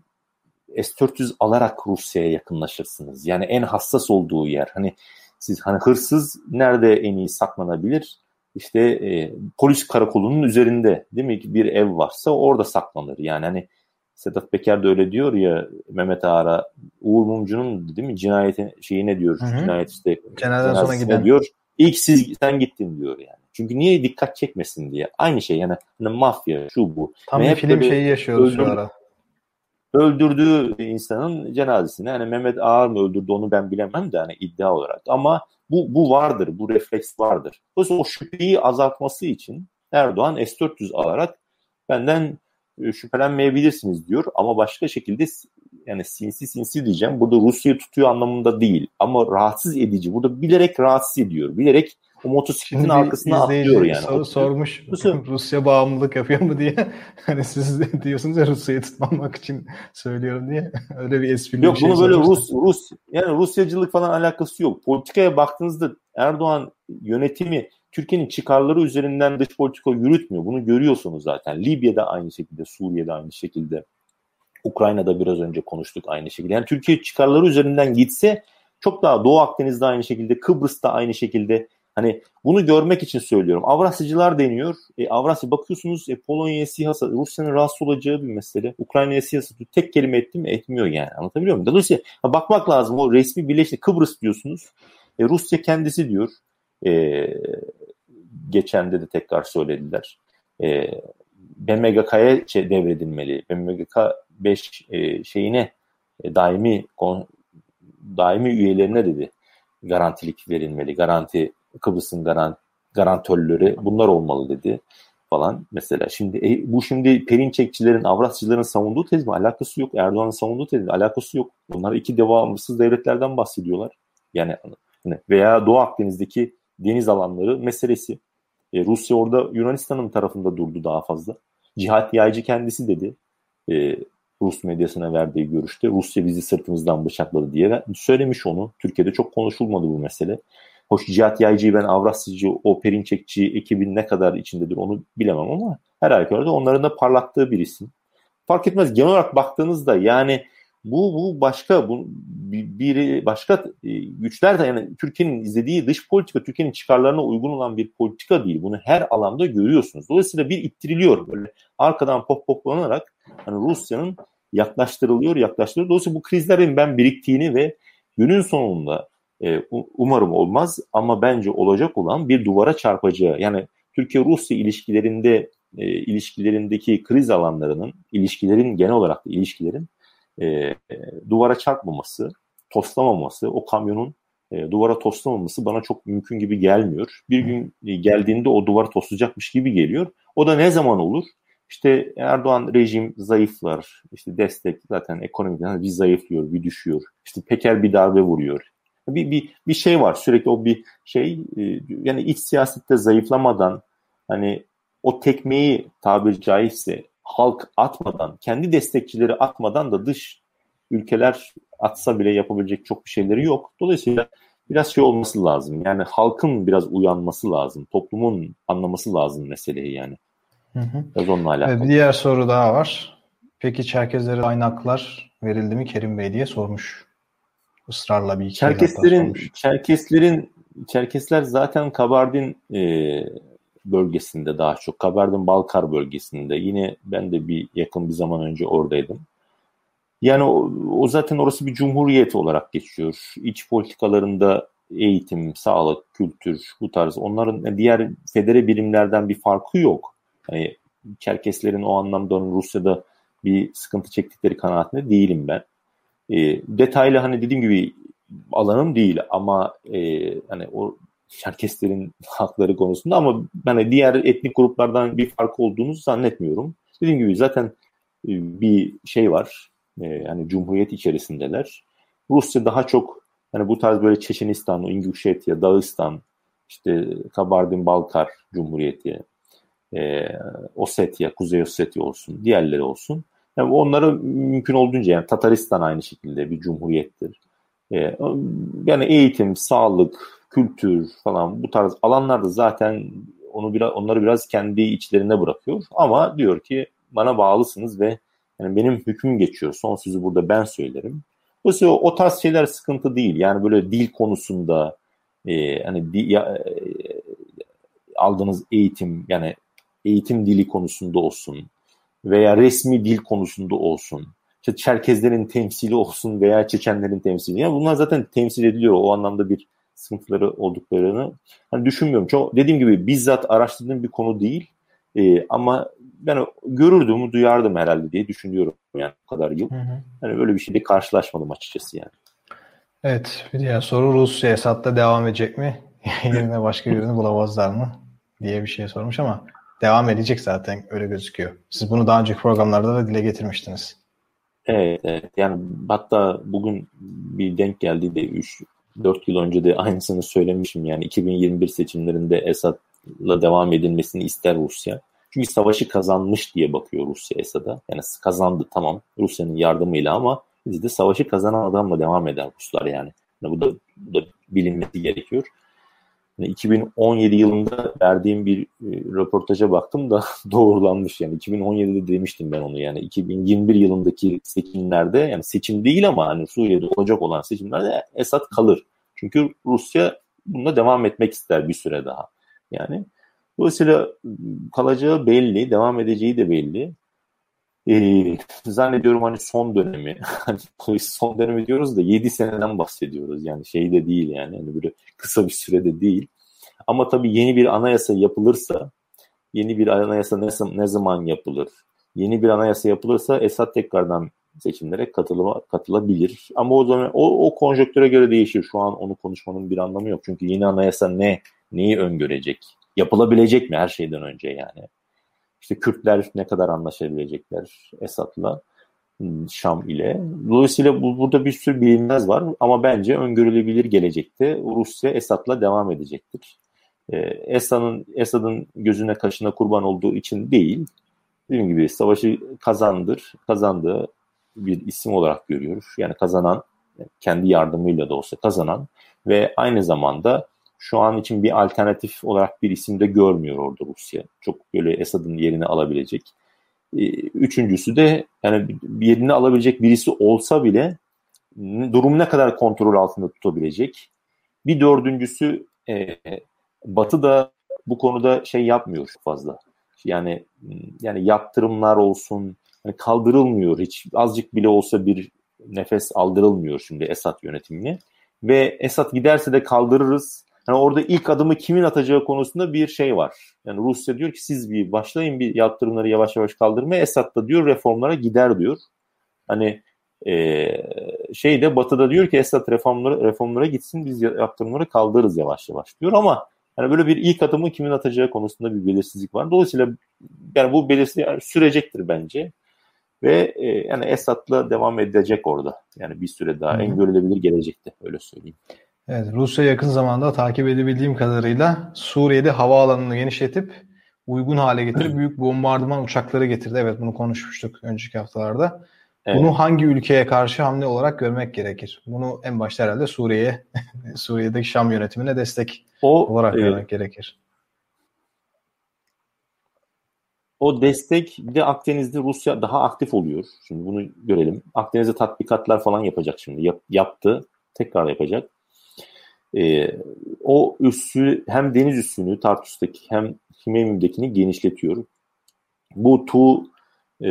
S dört yüz alarak Rusya'ya yakınlaşırsınız. Yani en hassas olduğu yer. Hani siz hani hırsız nerede en iyi saklanabilir? İşte e, polis karakolunun üzerinde değil mi? Bir ev varsa orada saklanır. Yani hani Sedat Peker de öyle diyor ya Mehmet Ağar'a Uğur Mumcu'nun değil mi cinayetin şeyi ne diyor? Hı hı. Cinayet işte Cenazeden sonra giden diyor. İlk siz sen gittin diyor yani. Çünkü niye dikkat çekmesin diye. Aynı şey yani hani mafya şu bu. Tam Ve bir film şeyi yaşıyoruz öldür, şu ara. Öldürdüğü insanın cenazesini hani Mehmet Ağar mı öldürdü onu ben bilemem de hani iddia olarak. Ama bu bu vardır. Bu refleks vardır. Dolayısıyla o şüpheyi azaltması için Erdoğan S dört yüz alarak benden şüphelenmeyebilirsiniz diyor. Ama başka şekilde yani sinsi sinsi diyeceğim. Burada Rusya'yı tutuyor anlamında değil. Ama rahatsız edici. Burada bilerek rahatsız ediyor. Bilerek o motosikletin arkasına atlıyor yani. Soru sormuş. Rusya bağımlılık yapıyor mu diye. Hani siz diyorsunuz ya Rusya'yı tutmamak için söylüyorum diye. Öyle bir esprili yok, bir şey bunu böyle sormuştum. Rus Rus yani Rusyacılık falan alakası yok. Politikaya baktığınızda Erdoğan yönetimi Türkiye'nin çıkarları üzerinden dış politika yürütmüyor. Bunu görüyorsunuz zaten. Libya'da aynı şekilde, Suriye'de aynı şekilde, Ukrayna'da biraz önce konuştuk aynı şekilde. Yani Türkiye çıkarları üzerinden gitse çok daha, Doğu Akdeniz'de aynı şekilde, Kıbrıs'ta aynı şekilde. Hani bunu görmek için söylüyorum. Avrasyacılar deniyor. E, Avrasya bakıyorsunuz, e, Polonya'ya SİHA, Rusya'nın rahatsız olacağı bir mesele. Ukrayna'ya SİHA satıyor. Tek kelime etti mi? Etmiyor yani. Anlatabiliyor muyum? Dolayısıyla bakmak lazım. O resmi birleşti. Kıbrıs diyorsunuz. E, Rusya kendisi diyor. E, geçen de de tekrar söylediler. E, B M G K'ya şey, devredilmeli. B M G K beş e, şeyine e, daimi kon, daimi üyelerine dedi garantilik verilmeli. Garanti, Kıbrıs'ın garant, garantörleri bunlar olmalı dedi falan mesela. Şimdi e, bu şimdi Perinçekçilerin, Avrasçıların savunduğu tez mi? Alakası yok. Erdoğan'ın savunduğu tez mi? Alakası yok. Bunlar iki devamsız devletlerden bahsediyorlar. Yani veya Doğu Akdeniz'deki deniz alanları meselesi. E, Rusya orada Yunanistan'ın tarafında durdu daha fazla. Cihat Yaycı kendisi dedi. E, Rus medyasına verdiği görüşte Rusya bizi sırtımızdan bıçakladı diye söylemiş onu. Türkiye'de çok konuşulmadı bu mesele. Hoş Cihat Yaycı'yı ben Avrasyacı, o Perinçekçi ekibin ne kadar içindedir onu bilemem ama her halükarda onların da parlattığı bir isim. Fark etmez. Genel olarak baktığınızda yani bu bu başka bu bir başka güçler de yani Türkiye'nin izlediği dış politika, Türkiye'nin çıkarlarına uygun olan bir politika değil. Bunu her alanda görüyorsunuz. Dolayısıyla bir ittiriliyor böyle arkadan pop poplanarak hani Rusya'nın yaklaştırılıyor, yaklaştırılıyor. Dolayısıyla bu krizlerin ben biriktiğini ve günün sonunda e, umarım olmaz ama bence olacak olan bir duvara çarpacağı. Yani Türkiye-Rusya ilişkilerinde e, ilişkilerindeki kriz alanlarının, ilişkilerin genel olarak da ilişkilerin e, e, duvara çarpmaması, toslamaması, o kamyonun e, duvara toslamaması bana çok mümkün gibi gelmiyor. Bir gün e, geldiğinde o duvarı toslayacakmış gibi geliyor. O da ne zaman olur? İşte Erdoğan rejim zayıflar, işte destek zaten ekonomiden bir zayıflıyor, bir düşüyor. İşte Peker bir darbe vuruyor. Bir, bir, bir şey var sürekli o bir şey e, yani iç siyasette zayıflamadan hani o tekmeyi tabiri caizse halk atmadan, kendi destekçileri atmadan da dış ülkeler atsa bile yapabilecek çok bir şeyleri yok. Dolayısıyla biraz şey olması lazım. Yani halkın biraz uyanması lazım. Toplumun anlaması lazım meseleyi yani. Hı hı. Biraz onunla alakalı. Bir diğer soru daha var. Peki Çerkezlere aynı haklar verildi mi Kerim Bey diye sormuş. Israrla bir iki Çerkeslerin, Çerkeslerin, Çerkesler zaten Kabardin e, bölgesinde daha çok. Kabardin-Balkar bölgesinde. Yine ben de bir yakın bir zaman önce oradaydım. Yani o, o zaten orası bir cumhuriyet olarak geçiyor. İç politikalarında eğitim, sağlık, kültür bu tarz onların diğer federe birimlerden bir farkı yok. Yani Çerkeslerin o anlamda Rusya'da bir sıkıntı çektikleri kanaatinde değilim ben. E, detaylı hani dediğim gibi alanım değil ama e, hani o Çerkeslerin hakları konusunda ama hani diğer etnik gruplardan bir farkı olduğunu zannetmiyorum. Dediğim gibi zaten e, bir şey var. E, yani cumhuriyet içerisindeler. Rusya daha çok hani bu tarz böyle Çeçenistan, İnguşetya, Dağıstan, işte Kabardin-Balkar Cumhuriyeti, e, Osetya, Kuzey Ossetya olsun, diğerleri olsun. Yani onlara mümkün olduğunca yani Tataristan aynı şekilde bir cumhuriyettir. Ee, yani eğitim, sağlık, kültür falan bu tarz alanlarda zaten onu biraz onları biraz kendi içlerine bırakıyor. Ama diyor ki bana bağlısınız ve yani benim hükmüm geçiyor. Son sözü burada ben söylerim. Dolayısıyla o, o tarz şeyler sıkıntı değil. Yani böyle dil konusunda e, hani di, ya, e, aldığınız eğitim yani eğitim dili konusunda olsun veya resmi dil konusunda olsun, işte Çerkezlerin temsili olsun veya Çeçenlerin temsili. Yani bunlar zaten temsil ediliyor. O anlamda bir sıkıntıları olduklarını hani düşünmüyorum. Çok dediğim gibi bizzat araştırdığım bir konu değil. Ee, ama ben görürdüm, duyardım herhalde diye düşünüyorum yani bu kadar yıl. Hı hı. Hani böyle bir şeyle karşılaşmadım açıkçası yani. Evet, bir diğer soru Rusya Esad'da devam edecek mi? Yerine başka birini bulamazlar mı? Diye bir şey sormuş ama devam edecek zaten öyle gözüküyor. Siz bunu daha önceki programlarda da dile getirmiştiniz. Evet, evet. Yani hatta bugün bir denk geldi de üç dört yıl önce de aynısını söylemişim. Yani iki bin yirmi bir seçimlerinde Esad'la devam edilmesini ister Rusya. Çünkü savaşı kazanmış diye bakıyor Rusya Esad'a. Yani kazandı tamam Rusya'nın yardımıyla ama biz de savaşı kazanan adamla devam eder Ruslar yani. yani bu da, bu da bilinmesi gerekiyor. Yani iki bin on yedi yılında verdiğim bir e, röportaja baktım da doğrulanmış. Yani iki bin on yedide demiştim ben onu. Yani iki bin yirmi bir yılındaki seçimlerde, yani seçim değil ama hani Suriye'de olacak olan seçimlerde Esad kalır. Çünkü Rusya bununla devam etmek ister bir süre daha. Yani dolayısıyla kalacağı belli, devam edeceği de belli. Ee, zannediyorum hani son dönemi, hani son dönemi diyoruz da yedi seneden bahsediyoruz. Yani şey de değil yani, hani böyle kısa bir sürede değil. Ama tabii yeni bir anayasa yapılırsa, yeni bir anayasa ne, ne zaman yapılır? Yeni bir anayasa yapılırsa Esad tekrardan seçimlere katılıma, katılabilir. Ama o zaman o, o konjonktüre göre değişir. Şu an onu konuşmanın bir anlamı yok. Çünkü yeni anayasa ne, neyi öngörecek? Yapılabilecek mi her şeyden önce yani? İşte Kürtler ne kadar anlaşabilecekler Esad'la, Şam ile. Dolayısıyla bu, burada bir sürü bilinmez var ama bence öngörülebilir gelecekte Rusya Esad'la devam edecektir. Ee, Esad'ın Esad'ın gözüne kaşına kurban olduğu için değil, dediğim gibi savaşı kazandır, kazandığı bir isim olarak görüyoruz. Yani kazanan, kendi yardımıyla da olsa kazanan ve aynı zamanda şu an için bir alternatif olarak bir isim de görmüyor orada Rusya. Çok böyle Esad'ın yerini alabilecek. Üçüncüsü de yani yerini alabilecek birisi olsa bile durum ne kadar kontrol altında tutabilecek. Bir dördüncüsü e, Batı da bu konuda şey yapmıyor çok fazla. Yani yani yaptırımlar olsun, yani kaldırılmıyor, hiç azıcık bile olsa bir nefes aldırılmıyor şimdi Esad yönetimine. Ve Esad giderse de kaldırırız. Yani orada ilk adımı kimin atacağı konusunda bir şey var. Yani Rusya diyor ki siz bir başlayın bir yaptırımları yavaş yavaş kaldırmaya. Esad da diyor reformlara gider diyor. Hani e, şey de Batı'da diyor ki Esad reformlara, reformlara gitsin, biz yaptırımları kaldırırız yavaş yavaş diyor ama yani böyle bir ilk adımı kimin atacağı konusunda bir belirsizlik var. Dolayısıyla yani bu belirsizlik yani sürecektir bence. Ve e, yani Esad'la devam edecek orada. Yani bir süre daha en görülebilir gelecekte, öyle söyleyeyim. Evet, Rusya yakın zamanda takip edebildiğim kadarıyla Suriye'de havaalanını genişletip uygun hale getirip büyük bombardıman uçakları getirdi. Evet, bunu konuşmuştuk önceki haftalarda. Evet. Bunu hangi ülkeye karşı hamle olarak görmek gerekir? Bunu en başta herhalde Suriye'ye, Suriye'deki Şam yönetimine destek o, olarak görmek e, gerekir. O destek de Akdeniz'de Rusya daha aktif oluyor. Şimdi bunu görelim. Akdeniz'de tatbikatlar falan yapacak şimdi. Yap, yaptı. Tekrar yapacak. Ee, o üssü hem deniz üssünü Tartus'taki hem Hmeymim'dekini genişletiyor. Bu Tu e,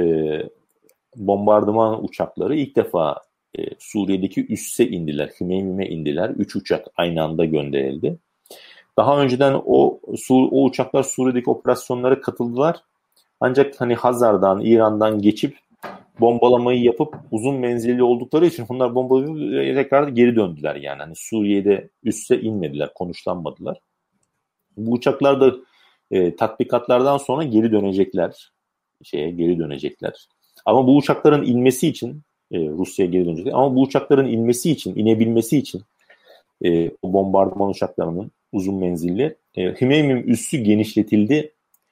bombardıman uçakları ilk defa e, Suriye'deki üsse indiler. Hmeymim'e indiler. Üç uçak aynı anda gönderildi. Daha önceden o, o uçaklar Suriye'deki operasyonlara katıldılar. Ancak hani Hazar'dan, İran'dan geçip bombalamayı yapıp uzun menzilli oldukları için bunlar bombalayıp tekrar geri döndüler yani. Hani Suriye'de üsse inmediler, konuşlanmadılar. Bu uçaklar da e, tatbikatlardan sonra geri dönecekler. Şeye geri dönecekler. Ama bu uçakların inmesi için e, Rusya'ya geri dönecekler. Ama bu uçakların inmesi için, inebilmesi için e, o bombardıman uçaklarının uzun menzilli e, Hmeymim üssü genişletildi.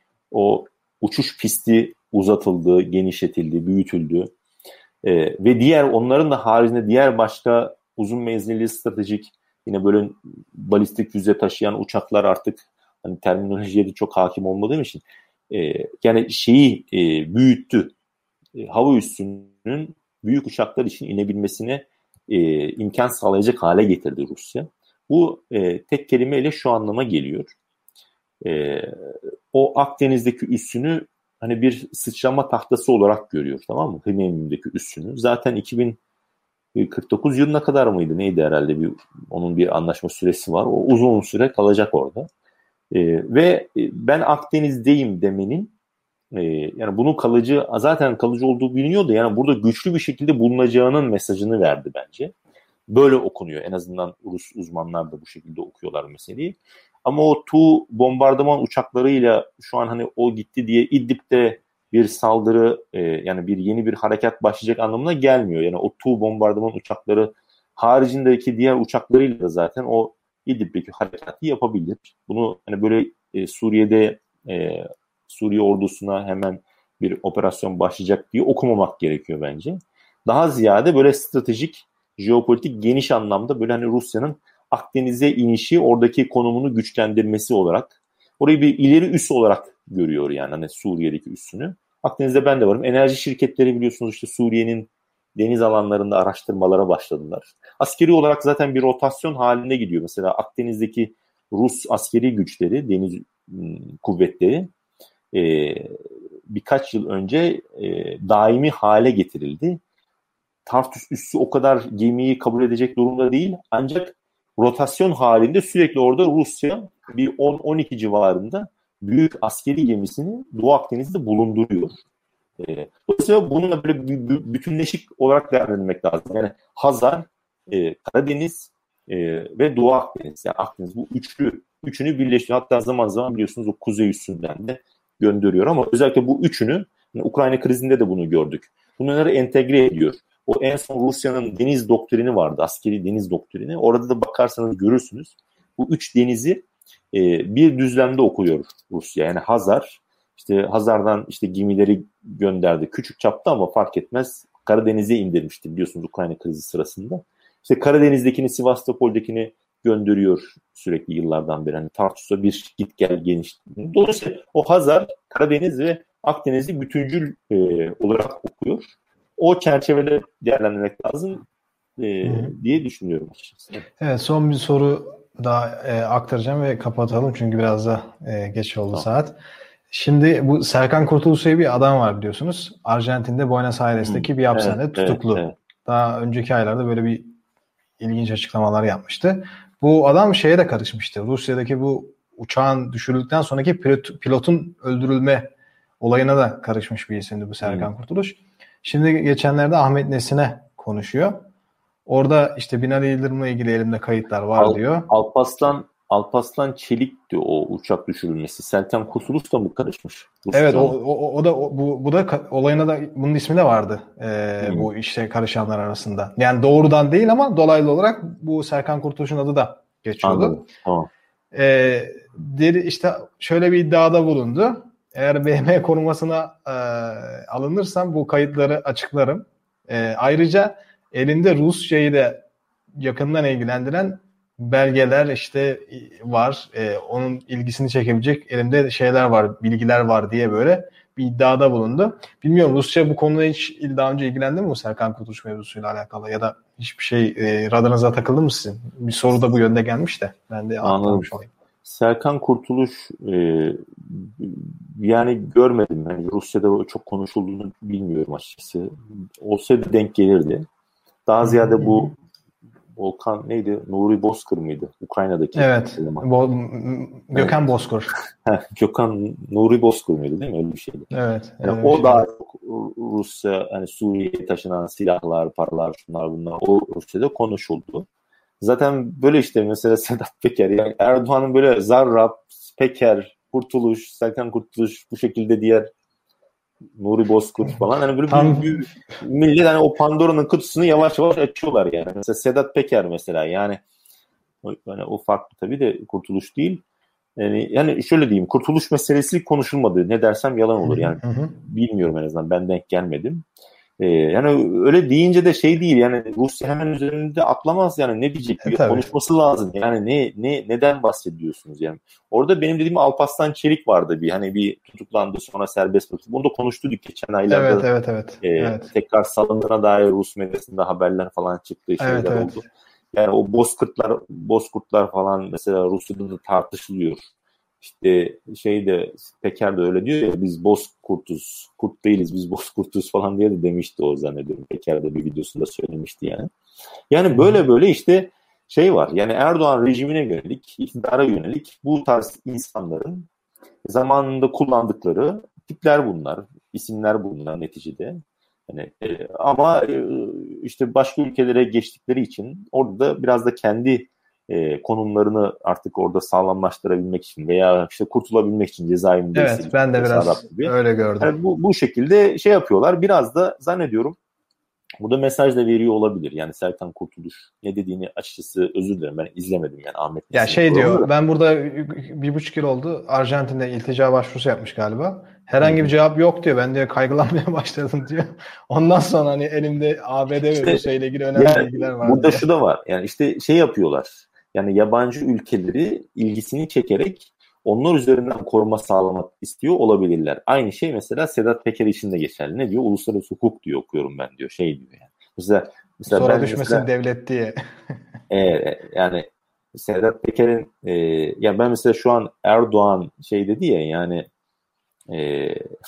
O uçuş pisti uzatıldı, genişletildi, büyütüldü. Ee, ve diğer onların da haricinde diğer başka uzun menzilli stratejik yine böyle balistik füze taşıyan uçaklar artık hani terminolojiye de çok hakim olmadığım için e, yani şeyi e, büyüttü. E, hava üssünün büyük uçaklar için inebilmesine e, imkan sağlayacak hale getirdi Rusya. Bu e, tek kelimeyle şu anlama geliyor. E, o Akdeniz'deki üssünü hani bir sıçrama tahtası olarak görüyor, tamam mı? Hmeymim'deki üssünü. Zaten iki bin kırk dokuz yılına kadar mıydı? Neydi herhalde bir onun bir anlaşma süresi var. O uzun süre kalacak orada. E, ve ben Akdeniz'deyim demenin e, yani bunun kalıcı zaten kalıcı olduğu biliniyordu. Yani burada güçlü bir şekilde bulunacağının mesajını verdi bence. Böyle okunuyor. En azından Rus uzmanlar da bu şekilde okuyorlar meseleyi. Ama o Tu bombardıman uçaklarıyla şu an hani o gitti diye İdlib'de bir saldırı e, yani bir yeni bir harekat başlayacak anlamına gelmiyor. Yani o Tu bombardıman uçakları haricindeki diğer uçaklarıyla da zaten o İdlib'deki harekatı yapabilir. Bunu hani böyle e, Suriye'de e, Suriye ordusuna hemen bir operasyon başlayacak diye okumamak gerekiyor bence. Daha ziyade böyle stratejik, jeopolitik geniş anlamda böyle hani Rusya'nın Akdeniz'e inişi oradaki konumunu güçlendirmesi olarak orayı bir ileri üs olarak görüyor yani hani Suriye'deki üssünü. Akdeniz'de ben de varım. Enerji şirketleri biliyorsunuz işte Suriye'nin deniz alanlarında araştırmalara başladılar. Askeri olarak zaten bir rotasyon halinde gidiyor. Mesela Akdeniz'deki Rus askeri güçleri, deniz kuvvetleri e, birkaç yıl önce e, daimi hale getirildi. Tartus üssü o kadar gemiyi kabul edecek durumda değil. Ancak rotasyon halinde sürekli orada Rusya bir on on iki civarında büyük askeri gemisini Doğu Akdeniz'de bulunduruyor. E, dolayısıyla bununla böyle bütünleşik olarak değerlendirmek lazım. Yani Hazar, e, Karadeniz e, ve Doğu Akdeniz. Yani Akdeniz bu üçlü, üçünü birleştiriyor. Hatta zaman zaman biliyorsunuz o kuzey üssünden de gönderiyor ama özellikle bu üçünü yani Ukrayna krizinde de bunu gördük. Bunları entegre ediyor. O en son Rusya'nın deniz doktrini vardı. Askeri deniz doktrini. Orada da bakarsanız görürsünüz. Bu üç denizi e, bir düzlemde okuyor Rusya. Yani Hazar, işte Hazar'dan işte gemileri gönderdi. Küçük çapta ama fark etmez. Karadeniz'e indirmişti biliyorsunuz Ukrayna krizi sırasında. İşte Karadeniz'dekini, Sivastopol'dekini gönderiyor sürekli yıllardan beri. Yani Tartus'a bir git gel geniş. Dolayısıyla o Hazar, Karadeniz ve Akdeniz'i bütüncül e, olarak okuyor. O çerçevede değerlendirmek lazım e, diye düşünüyorum açıkçası. Evet, son bir soru daha e, aktaracağım ve kapatalım çünkü biraz da e, geç oldu tamam. saat. Şimdi bu Serkan Kurtuluş diye bir adam var biliyorsunuz. Arjantin'de Buenos Aires'teki bir hapishanede evet, tutuklu. Evet, evet. Daha önceki aylarda böyle bir ilginç açıklamalar yapmıştı. Bu adam şeye de karışmıştı. Rusya'daki bu uçağın düşürüldükten sonraki pilot, pilotun öldürülme olayına da karışmış bir isimdi bu Serkan hmm. Kurtuluş. Şimdi geçenlerde Ahmet Nesin'e konuşuyor. Orada işte Binali Yıldırım'la ilgili elimde kayıtlar var Al, diyor. Alparslan Alparslan Çelik'ti o uçak düşürülmesi. Serkan Kurtuluş da mı karışmış? Rusya evet o, o, o da o, bu, bu da olayına da bunun ismi de vardı. Ee, hmm. Bu işte karışanlar arasında. Yani doğrudan değil ama dolaylı olarak bu Serkan Kurtuluş'un adı da geçiyordu. Anladım. Tamam. Ee, deri işte şöyle bir iddiada bulundu. Eğer B M korumasına e, alınırsam bu kayıtları açıklarım. E, ayrıca elinde Rusçayı da yakından ilgilendiren belgeler işte var. E, onun ilgisini çekebilecek elimde şeyler var, bilgiler var diye böyle bir iddiada bulundu. Bilmiyorum Rusça bu konuda hiç daha önce ilgilendi mi bu Serkan Kurtuluş mevzusuyla alakalı ya da hiçbir şey e, radarınıza takıldı mı sizin? Bir soru da bu yönde gelmiş de ben de anlamış olayım. Serkan Kurtuluş e, yani görmedim. Yani Rusya'da çok konuşulduğunu bilmiyorum açıkçası. Olsaydı denk gelirdi. Daha ziyade bu Volkan neydi? Nuri Bozkır mıydı? Ukrayna'daki. Evet. Bo- Gökhan evet. Bozkır. Gökhan Nuri Bozkır mıydı değil mi? Öyle bir şeydi. Evet. Yani o şey. Daha çok Rusya hani Suriye'ye taşınan silahlar, paralar, şunlar bunlar o Rusya'da konuşuldu. Zaten böyle işte mesela Sedat Peker yani Erdoğan'ın böyle Zarrab, Peker, Kurtuluş, Serkan Kurtuluş bu şekilde diğer Nuri Bozkurt falan hani böyle Tam... bir, bir millet hani o Pandora'nın kutusunu yavaş yavaş açıyorlar yani. Mesela Sedat Peker mesela yani yani o farklı tabii de Kurtuluş değil. Yani yani şöyle diyeyim Kurtuluş meselesi konuşulmadı. Ne dersem yalan olur yani. Bilmiyorum en azından ben denk gelmedim. Ee, yani öyle deyince de şey değil yani Rusya hemen üzerinde atlamaz yani ne diyecek bir e, konuşması lazım yani ne ne neden bahsediyorsunuz yani orada benim dediğim Alparslan Çelik vardı bir hani bir tutuklandı sonra serbest bıraktı bunu da konuştuk geçen aylarda evet evet evet, e, evet. tekrar salındığına dair Rus medyasında haberler falan çıktığı şeyler evet, evet. oldu yani o bozkurtlar bozkurtlar falan mesela Rusya'da da tartışılıyor. İşte şey de Peker de öyle diyor ya biz bozkurtuz, kurt değiliz biz bozkurtuz falan diye de demişti o zannediyorum. Peker de bir videosunda söylemişti yani. Yani böyle böyle işte şey var yani Erdoğan rejimine yönelik, iktidara yönelik bu tarz insanların zamanında kullandıkları tipler bunlar, isimler bunlar neticede. Yani, e, ama e, işte başka ülkelere geçtikleri için orada da biraz da kendi E, konumlarını artık orada sağlamlaştırabilmek için veya işte kurtulabilmek için cezaevinde evet ben de biraz gibi. Öyle gördüm. Yani bu, bu şekilde şey yapıyorlar. Biraz da zannediyorum bu da mesaj da veriyor olabilir. Yani Serkan Kurtuluş ne dediğini açıkçası özür dilerim ben izlemedim yani Ahmet. Ya şey diyor da. Ben burada bir buçuk yıl oldu Arjantin'de iltica başvurusu yapmış galiba. Herhangi Hı-hı. bir cevap yok diyor. Ben diyor kaygılanmaya başladım diyor. Ondan sonra hani elimde A B D ve işte, Rusya ile ilgili önemli yani, bilgiler var. Burada diye. şu da var. Yani işte şey yapıyorlar. Yani yabancı ülkeleri ilgisini çekerek onlar üzerinden koruma sağlamak istiyor olabilirler. Aynı şey mesela Sedat Peker için de geçerli. Ne diyor? Uluslararası hukuk diyor, okuyorum ben diyor. Şey diyor yani. Mesela, mesela sonra ben düşmesin mesela, devlet diye. e, yani Sedat Peker'in e, ya ben mesela şu an Erdoğan şey dedi ya yani e,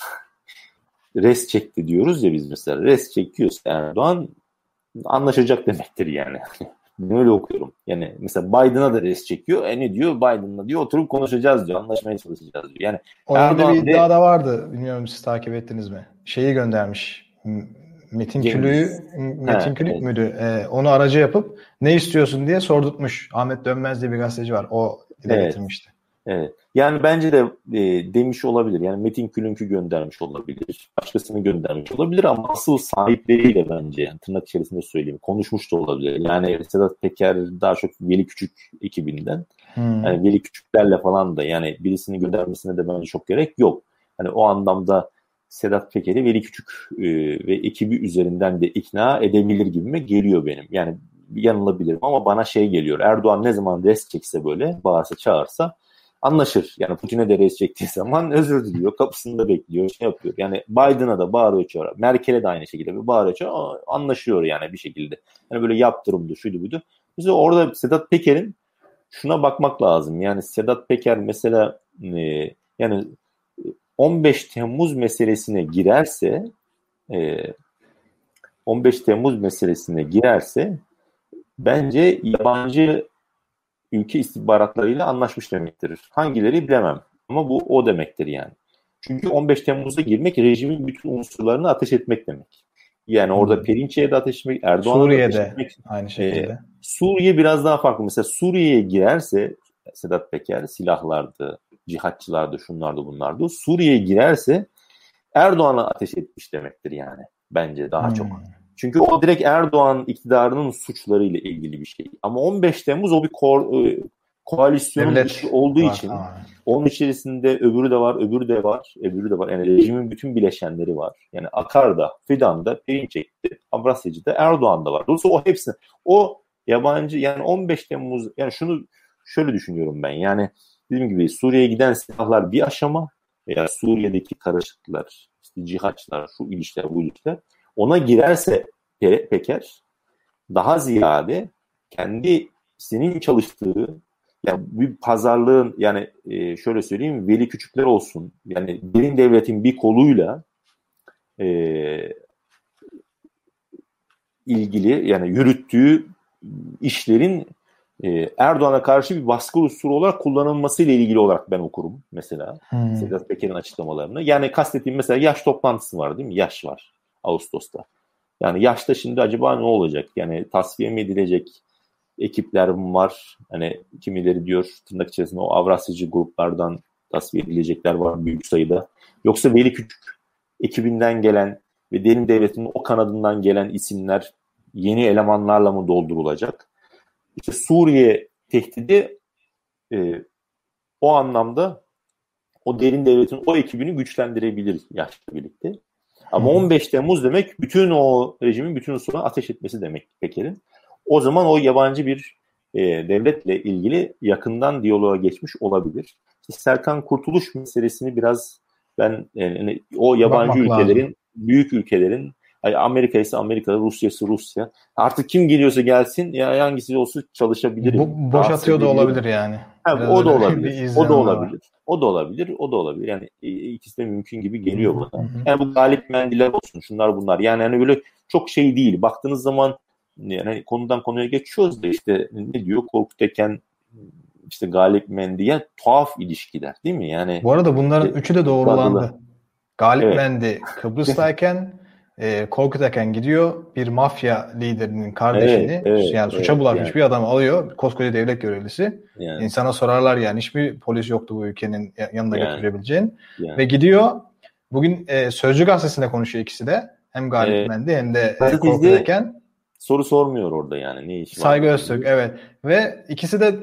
res çekti diyoruz ya biz mesela. Res çekiyorsa Erdoğan anlaşacak demektir yani. Ben öyle okuyorum. Yani mesela Biden'a da res çekiyor. E ne diyor? Biden'la diyor oturup konuşacağız diyor. Anlaşmaya çalışacağız diyor. Yani O yönde Erdoğan bir iddia de, da vardı. Bilmiyorum siz takip ettiniz mi? Şeyi göndermiş. Metin Külü'yü Metin ha, Külük evet. müydü? Ee, onu aracı yapıp ne istiyorsun diye sordurtmuş. Ahmet Dönmez diye bir gazeteci var. O dile Evet. getirmişti. Evet. Yani bence de e, demiş olabilir. Yani Metin Külünk'ü göndermiş olabilir. Başkasını göndermiş olabilir ama asıl sahipleriyle bence yani tırnak içerisinde söyleyeyim. Konuşmuş da olabilir. Yani Sedat Peker daha çok Veli Küçük ekibinden. Hmm. Yani Veli Küçüklerle falan da yani birisini göndermesine de bence çok gerek yok. Hani o anlamda Sedat Peker'i Veli Küçük e, ve ekibi üzerinden de ikna edebilir gibime geliyor benim. Yani yanılabilirim ama bana şey geliyor. Erdoğan ne zaman res çekse böyle bağırsa çağırsa anlaşır. Yani Putin'e de res çektiği zaman özür diliyor. Kapısında bekliyor. Şey yapıyor. Yani Biden'a da bağırıyor çağırıyor. Merkel'e de aynı şekilde bir bağırıyor çağırıyor. Anlaşıyor yani bir şekilde. Yani böyle yaptırımdı şuydu buydu. Mesela orada Sedat Peker'in şuna bakmak lazım. Yani Sedat Peker mesela e, yani on beş Temmuz meselesine girerse e, on beş Temmuz meselesine girerse bence yabancı ülke istihbaratlarıyla anlaşmış demektir. Hangileri bilemem ama bu o demektir yani. Çünkü on beş Temmuz'a girmek rejimin bütün unsurlarını ateş etmek demek. Yani orada hmm. Perinçe'ye de ateş etmek, Erdoğan'a da ateş etmek. Aynı şekilde. E, Suriye biraz daha farklı. Mesela Suriye'ye girerse Sedat Peker silahlardı, cihatçılardı, şunlardı bunlardı. Suriye'ye girerse Erdoğan'a ateş etmiş demektir yani. Bence daha hmm. çok. Çünkü o direkt Erdoğan iktidarının suçlarıyla ilgili bir şey. Ama on beş Temmuz o bir ko- koalisyonun devlet dışı olduğu var, için tamam. Onun içerisinde öbürü de var, öbürü de var, öbürü de var. Yani rejimin bütün bileşenleri var. Yani Akar'da, Fidan'da, Perinçek'te, Abrasyacı'da, Erdoğan'da var. Dolayısıyla o hepsi, o yabancı yani on beş Temmuz, yani şunu şöyle düşünüyorum ben. Yani dediğim gibi Suriye'ye giden silahlar bir aşama veya Suriye'deki karışıklar, işte cihatçılar, şu ilişkiler, bu ilişkiler. Ona girerse Peker daha ziyade kendisinin çalıştığı yani bir pazarlığın yani e, şöyle söyleyeyim Veli Küçükler olsun yani derin devletin bir koluyla e, ilgili yani yürüttüğü işlerin e, Erdoğan'a karşı bir baskı unsuru olarak kullanılmasıyla ilgili olarak ben okurum mesela hmm. Sedat Peker'in açıklamalarını. Yani kastettiğim mesela yaş toplantısı var değil mi? Yaş var Ağustos'ta. Yani yaşta şimdi acaba ne olacak? Yani tasfiye mi edilecek? Ekipler var. Hani kimileri diyor tırnak içerisinde o Avrasyacı gruplardan tasfiye edilecekler var büyük sayıda. Yoksa Veli Küçük ekibinden gelen ve derin devletinin o kanadından gelen isimler yeni elemanlarla mı doldurulacak? İşte Suriye tehdidi e, o anlamda o derin devletin o ekibini güçlendirebilir yaşla birlikte. Ama on beş Temmuz demek bütün o rejimin bütün usulüne ateş etmesi demek Peker'in. O zaman o yabancı bir e, devletle ilgili yakından diyaloğa geçmiş olabilir. İşte Serkan Kurtuluş meselesini biraz ben yani, o yabancı Bakmak ülkelerin, lazım. büyük ülkelerin Amerika ise Amerika, Rusya ise Rusya. Artık kim geliyorsa gelsin ya hangisi olsa çalışabilir. Bo- boş atıyor da olabilir yani. Ha, o da olabilir. O da olabilir. Var. O da olabilir. O da olabilir. Yani ikisi de mümkün gibi geliyor bana. Hı hı. Yani bu galip mendiler olsun. Şunlar bunlar. Yani hani böyle çok şey değil. Baktığınız zaman yani konudan konuya geçiyoruz da işte ne diyor Korkut Eken işte Galip Mendi'ye tuhaf ilişkiler değil mi? Yani bu arada bunların işte, üçü de doğrulandı. Adılı. Galip evet. Mendi Kıbrıs'tayken e, Korkut Eken gidiyor bir mafya liderinin kardeşini evet, evet, yani suça evet, bulaşmış yani. bir adam alıyor koskoca devlet görevlisi. Yani. İnsana sorarlar yani hiçbir polis yoktu bu ülkenin yanında yani. götürebileceğin yani. Ve gidiyor bugün e, Sözcü Gazetesi'nde konuşuyor ikisi de hem Galip evet. Mendi hem de e, Korkut Eken. Soru sormuyor orada yani. Ne iş var? Saygı Öztürk evet. Ve ikisi de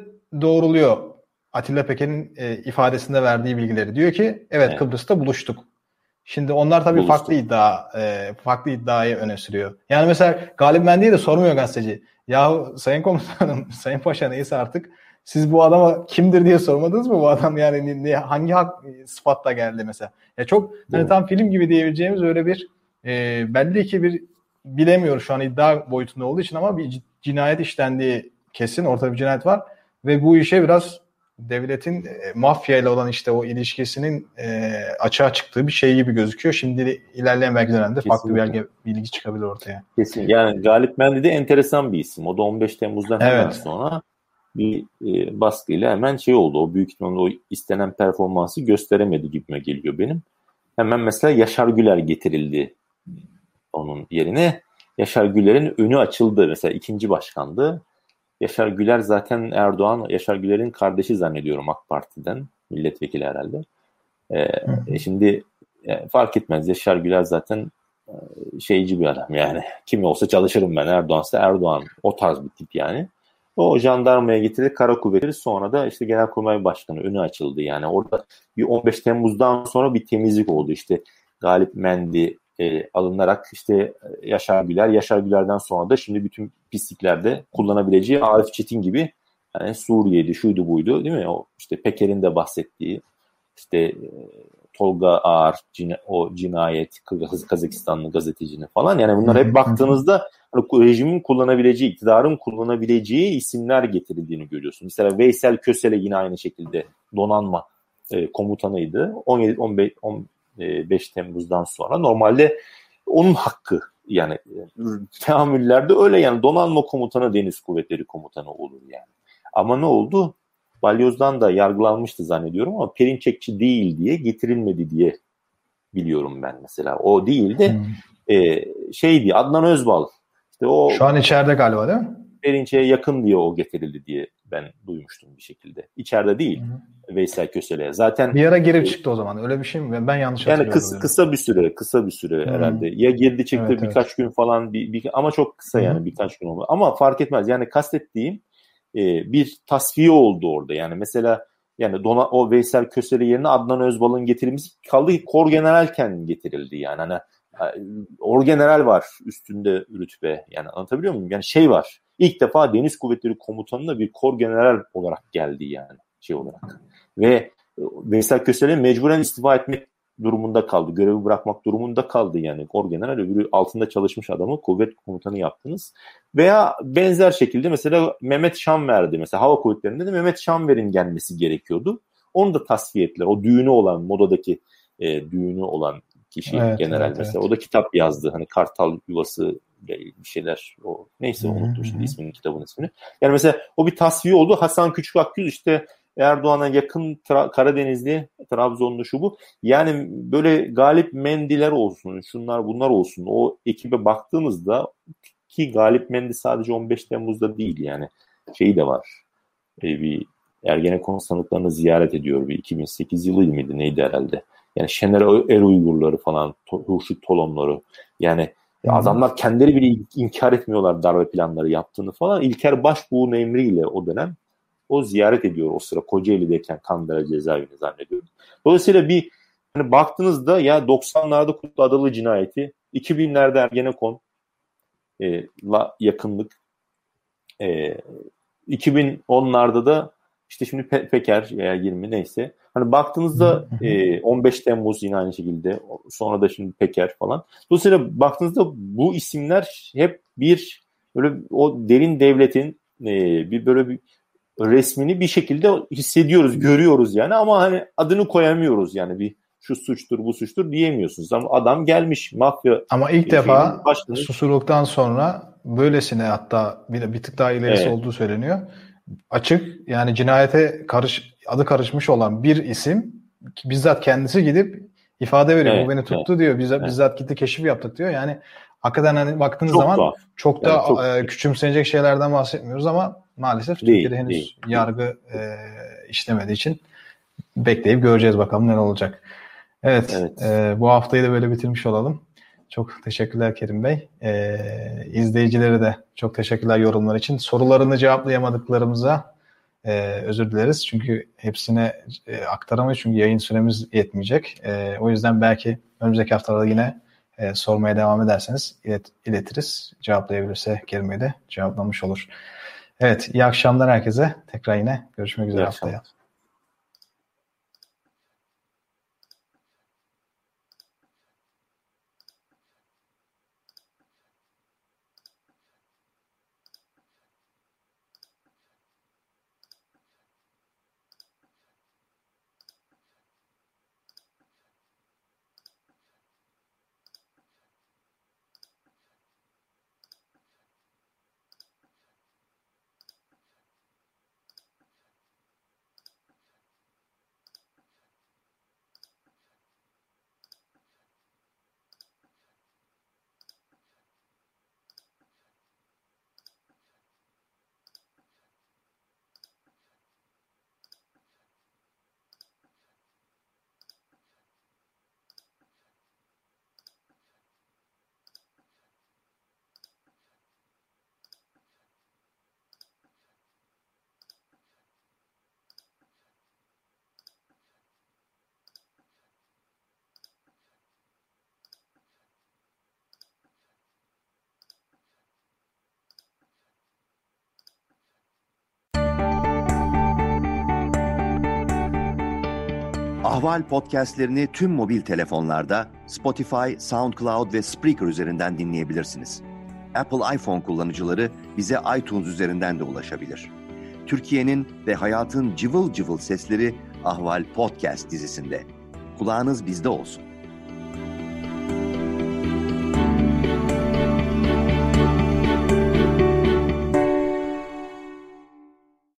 doğruluyor. Atilla Peker'in e, ifadesinde verdiği bilgileri. Diyor ki evet, evet. Kıbrıs'ta buluştuk. Şimdi onlar tabii Buluştu. farklı iddia, e, farklı iddiayı öne sürüyor. Yani mesela Galip Mendy'ye de sormuyor gazeteci. Yahu Sayın Komutanım, Sayın Paşa neyse artık siz bu adama kimdir diye sormadınız mı? Bu adam yani ne, hangi hak sıfatla geldi mesela? Ya çok hani tam film gibi diyebileceğimiz öyle bir e, belli ki bir bilemiyoruz şu an iddia boyutunda olduğu için ama bir cinayet işlendiği kesin. Ortada bir cinayet var ve bu işe biraz devletin e, mafya ile olan işte o ilişkisinin e, açığa çıktığı bir şey gibi gözüküyor. Şimdi ilerleyen belki dönemde Kesinlikle. farklı bir bilgi, bilgi çıkabilir ortaya. Kesin. Yani Galip Mendy de enteresan bir isim. O da on beş Temmuz'dan hemen evet. sonra bir e, baskıyla hemen şey oldu. O büyük ihtimalle o istenen performansı gösteremedi gibime geliyor benim. Hemen mesela Yaşar Güler getirildi onun yerine. Yaşar Güler'in önü açıldı. Mesela ikinci başkandı. Yaşar Güler zaten Erdoğan, Yaşar Güler'in kardeşi zannediyorum AK Parti'den. Milletvekili herhalde. Ee, şimdi e, fark etmez. Yaşar Güler zaten e, şeyci bir adam yani. Kim olsa çalışırım ben. Erdoğan'sa Erdoğan. O tarz bir tip yani. O jandarmaya getirdi. Kara kuvvetleri sonra da işte Genelkurmay Başkanı önü açıldı. Yani orada bir on beş Temmuz'dan sonra bir temizlik oldu. İşte Galip Mendy E, alınarak işte Yaşar Güler, Yaşar Güler'den sonra da şimdi bütün pisliklerde kullanabileceği Arif Çetin gibi yani Suriye'di, şuydu buydu değil mi? O işte Peker'in de bahsettiği işte e, Tolga Ağar, cina, o cinayet, Kaz- Kazakistanlı gazetecinin falan yani bunlar hep baktığınızda hani, rejimin kullanabileceği, iktidarın kullanabileceği isimler getirildiğini görüyorsun. Mesela Veysel Kösele yine aynı şekilde donanma e, komutanıydı. on yedi on beş on beş Temmuz'dan sonra normalde onun hakkı yani teamüllerde öyle yani donanma komutanı deniz kuvvetleri komutanı olur yani. Ama ne oldu? Balyoz'dan da yargılanmıştı zannediyorum ama Perinçekçi değil diye getirilmedi diye biliyorum ben mesela. O değil de hmm. e, şeydi Adnan Özbal. İşte o şu an içeride galiba değil mi? Perinçek'e yakın diye o getirildi diye ben duymuştum bir şekilde. İçeride değil. Hı-hı. Veysel Kösele'ye. Zaten bir ara girip çıktı o zaman. Öyle bir şey mi? Ben yanlış yani hatırlıyorum. Yani kısa, kısa bir süre, kısa bir süre hmm. herhalde. Ya girdi çıktı evet, birkaç evet. gün falan bir, bir ama çok kısa hmm. yani birkaç gün oldu. Ama fark etmez. Yani kastettiğim e, bir tasfiye oldu orada. Yani mesela yani Dona, o Veysel Kösele yerine Adnan Özbal'ın getirilmesi kaldı ki Korgeneralken getirildi yani. Hani Orgeneral var üstünde rütbe. Yani anlatabiliyor muyum? Yani şey var. İlk defa Deniz Kuvvetleri Komutanı'na bir Korgeneral olarak geldi yani şey olarak. Ve Veysel Kösele mecburen istifa etmek durumunda kaldı. Görevi bırakmak durumunda kaldı yani. Orgeneral öbürü altında çalışmış adamı kuvvet komutanı yaptınız. Veya benzer şekilde mesela Mehmet Şanver'di. Mesela Hava Kuvvetleri'nde de Mehmet Şanver'in gelmesi gerekiyordu. Onu da tasfiye ettiler. O düğünü olan, modadaki e, düğünü olan kişi evet, general evet, mesela. Evet. O da kitap yazdı. Hani Kartal Yuvası bir şeyler. O neyse hı-hı, unuttum şimdi hı-hı. ismini, kitabın ismini. Yani mesela o bir tasfiye oldu. Hasan Küçük Akgüz işte Erdoğan'a yakın Tra- Karadenizli, Trabzonlu şu bu. Yani böyle Galip Mendy'ler olsun, şunlar bunlar olsun. O ekibe baktığınızda ki Galip Mendy sadece on beş Temmuz'da değil yani. Şeyi de var. Ee, bir Ergenekon sanıklarını ziyaret ediyor. Bir iki bin sekiz yılı mıydı neydi herhalde. Yani Şener Er Uygurları falan, Hurşit Tolonları. Yani hmm. adamlar kendileri bile inkar etmiyorlar darbe planları yaptığını falan. İlker Başbuğ'un emriyle o dönem o ziyaret ediyor o sıra Kocaeli'deyken Kandıra cezaevini zannediyorum. Dolayısıyla bir hani baktığınızda ya doksanlarda Kutlu Adalı cinayeti, iki binlerde Ergenekon e, la yakınlık, e, iki bin onlarda da işte şimdi Pe- Peker veya yirmi neyse. Hani baktığınızda e, on beş Temmuz yine aynı şekilde. Sonra da şimdi Peker falan. Dolayısıyla baktığınızda bu isimler hep bir böyle o derin devletin e, bir böyle bir resmini bir şekilde hissediyoruz, görüyoruz yani ama hani adını koyamıyoruz yani bir şu suçtur, bu suçtur diyemiyorsunuz. Ama adam gelmiş mafya. Ama ilk defa başladı. Susurluktan sonra böylesine hatta bir, bir tık daha ilerisi evet. olduğu söyleniyor. Açık yani cinayete karış adı karışmış olan bir isim bizzat kendisi gidip ifade veriyor. Evet, bu beni tuttu evet, diyor. Bizzat, evet. bizzat gitti keşif yaptık diyor. Yani hakikaten hani baktığınız çok zaman tuhaf. çok da yani çok e, küçümsenecek şeylerden bahsetmiyoruz ama maalesef değil, Türkiye'de henüz değil, yargı değil. E, işlemediği için bekleyip göreceğiz bakalım ne olacak. Evet, evet. E, bu haftayı da böyle bitirmiş olalım. Çok teşekkürler Kerim Bey. E, izleyicilere de çok teşekkürler yorumlar için. Sorularını cevaplayamadıklarımıza e, özür dileriz. Çünkü hepsine e, aktaramayız çünkü yayın süremiz yetmeyecek. E, o yüzden belki Önümüzdeki haftalarda yine e, sormaya devam ederseniz ilet, iletiriz. Cevaplayabilirse Kerim Bey de cevaplamış olur. Evet, iyi akşamlar herkese. Tekrar yine görüşmek üzere haftaya. Ahval podcastlerini tüm mobil telefonlarda Spotify, SoundCloud ve Spreaker üzerinden dinleyebilirsiniz. Apple iPhone kullanıcıları bize iTunes üzerinden de ulaşabilir. Türkiye'nin ve hayatın cıvıl cıvıl sesleri Ahval Podcast dizisinde. Kulağınız bizde olsun.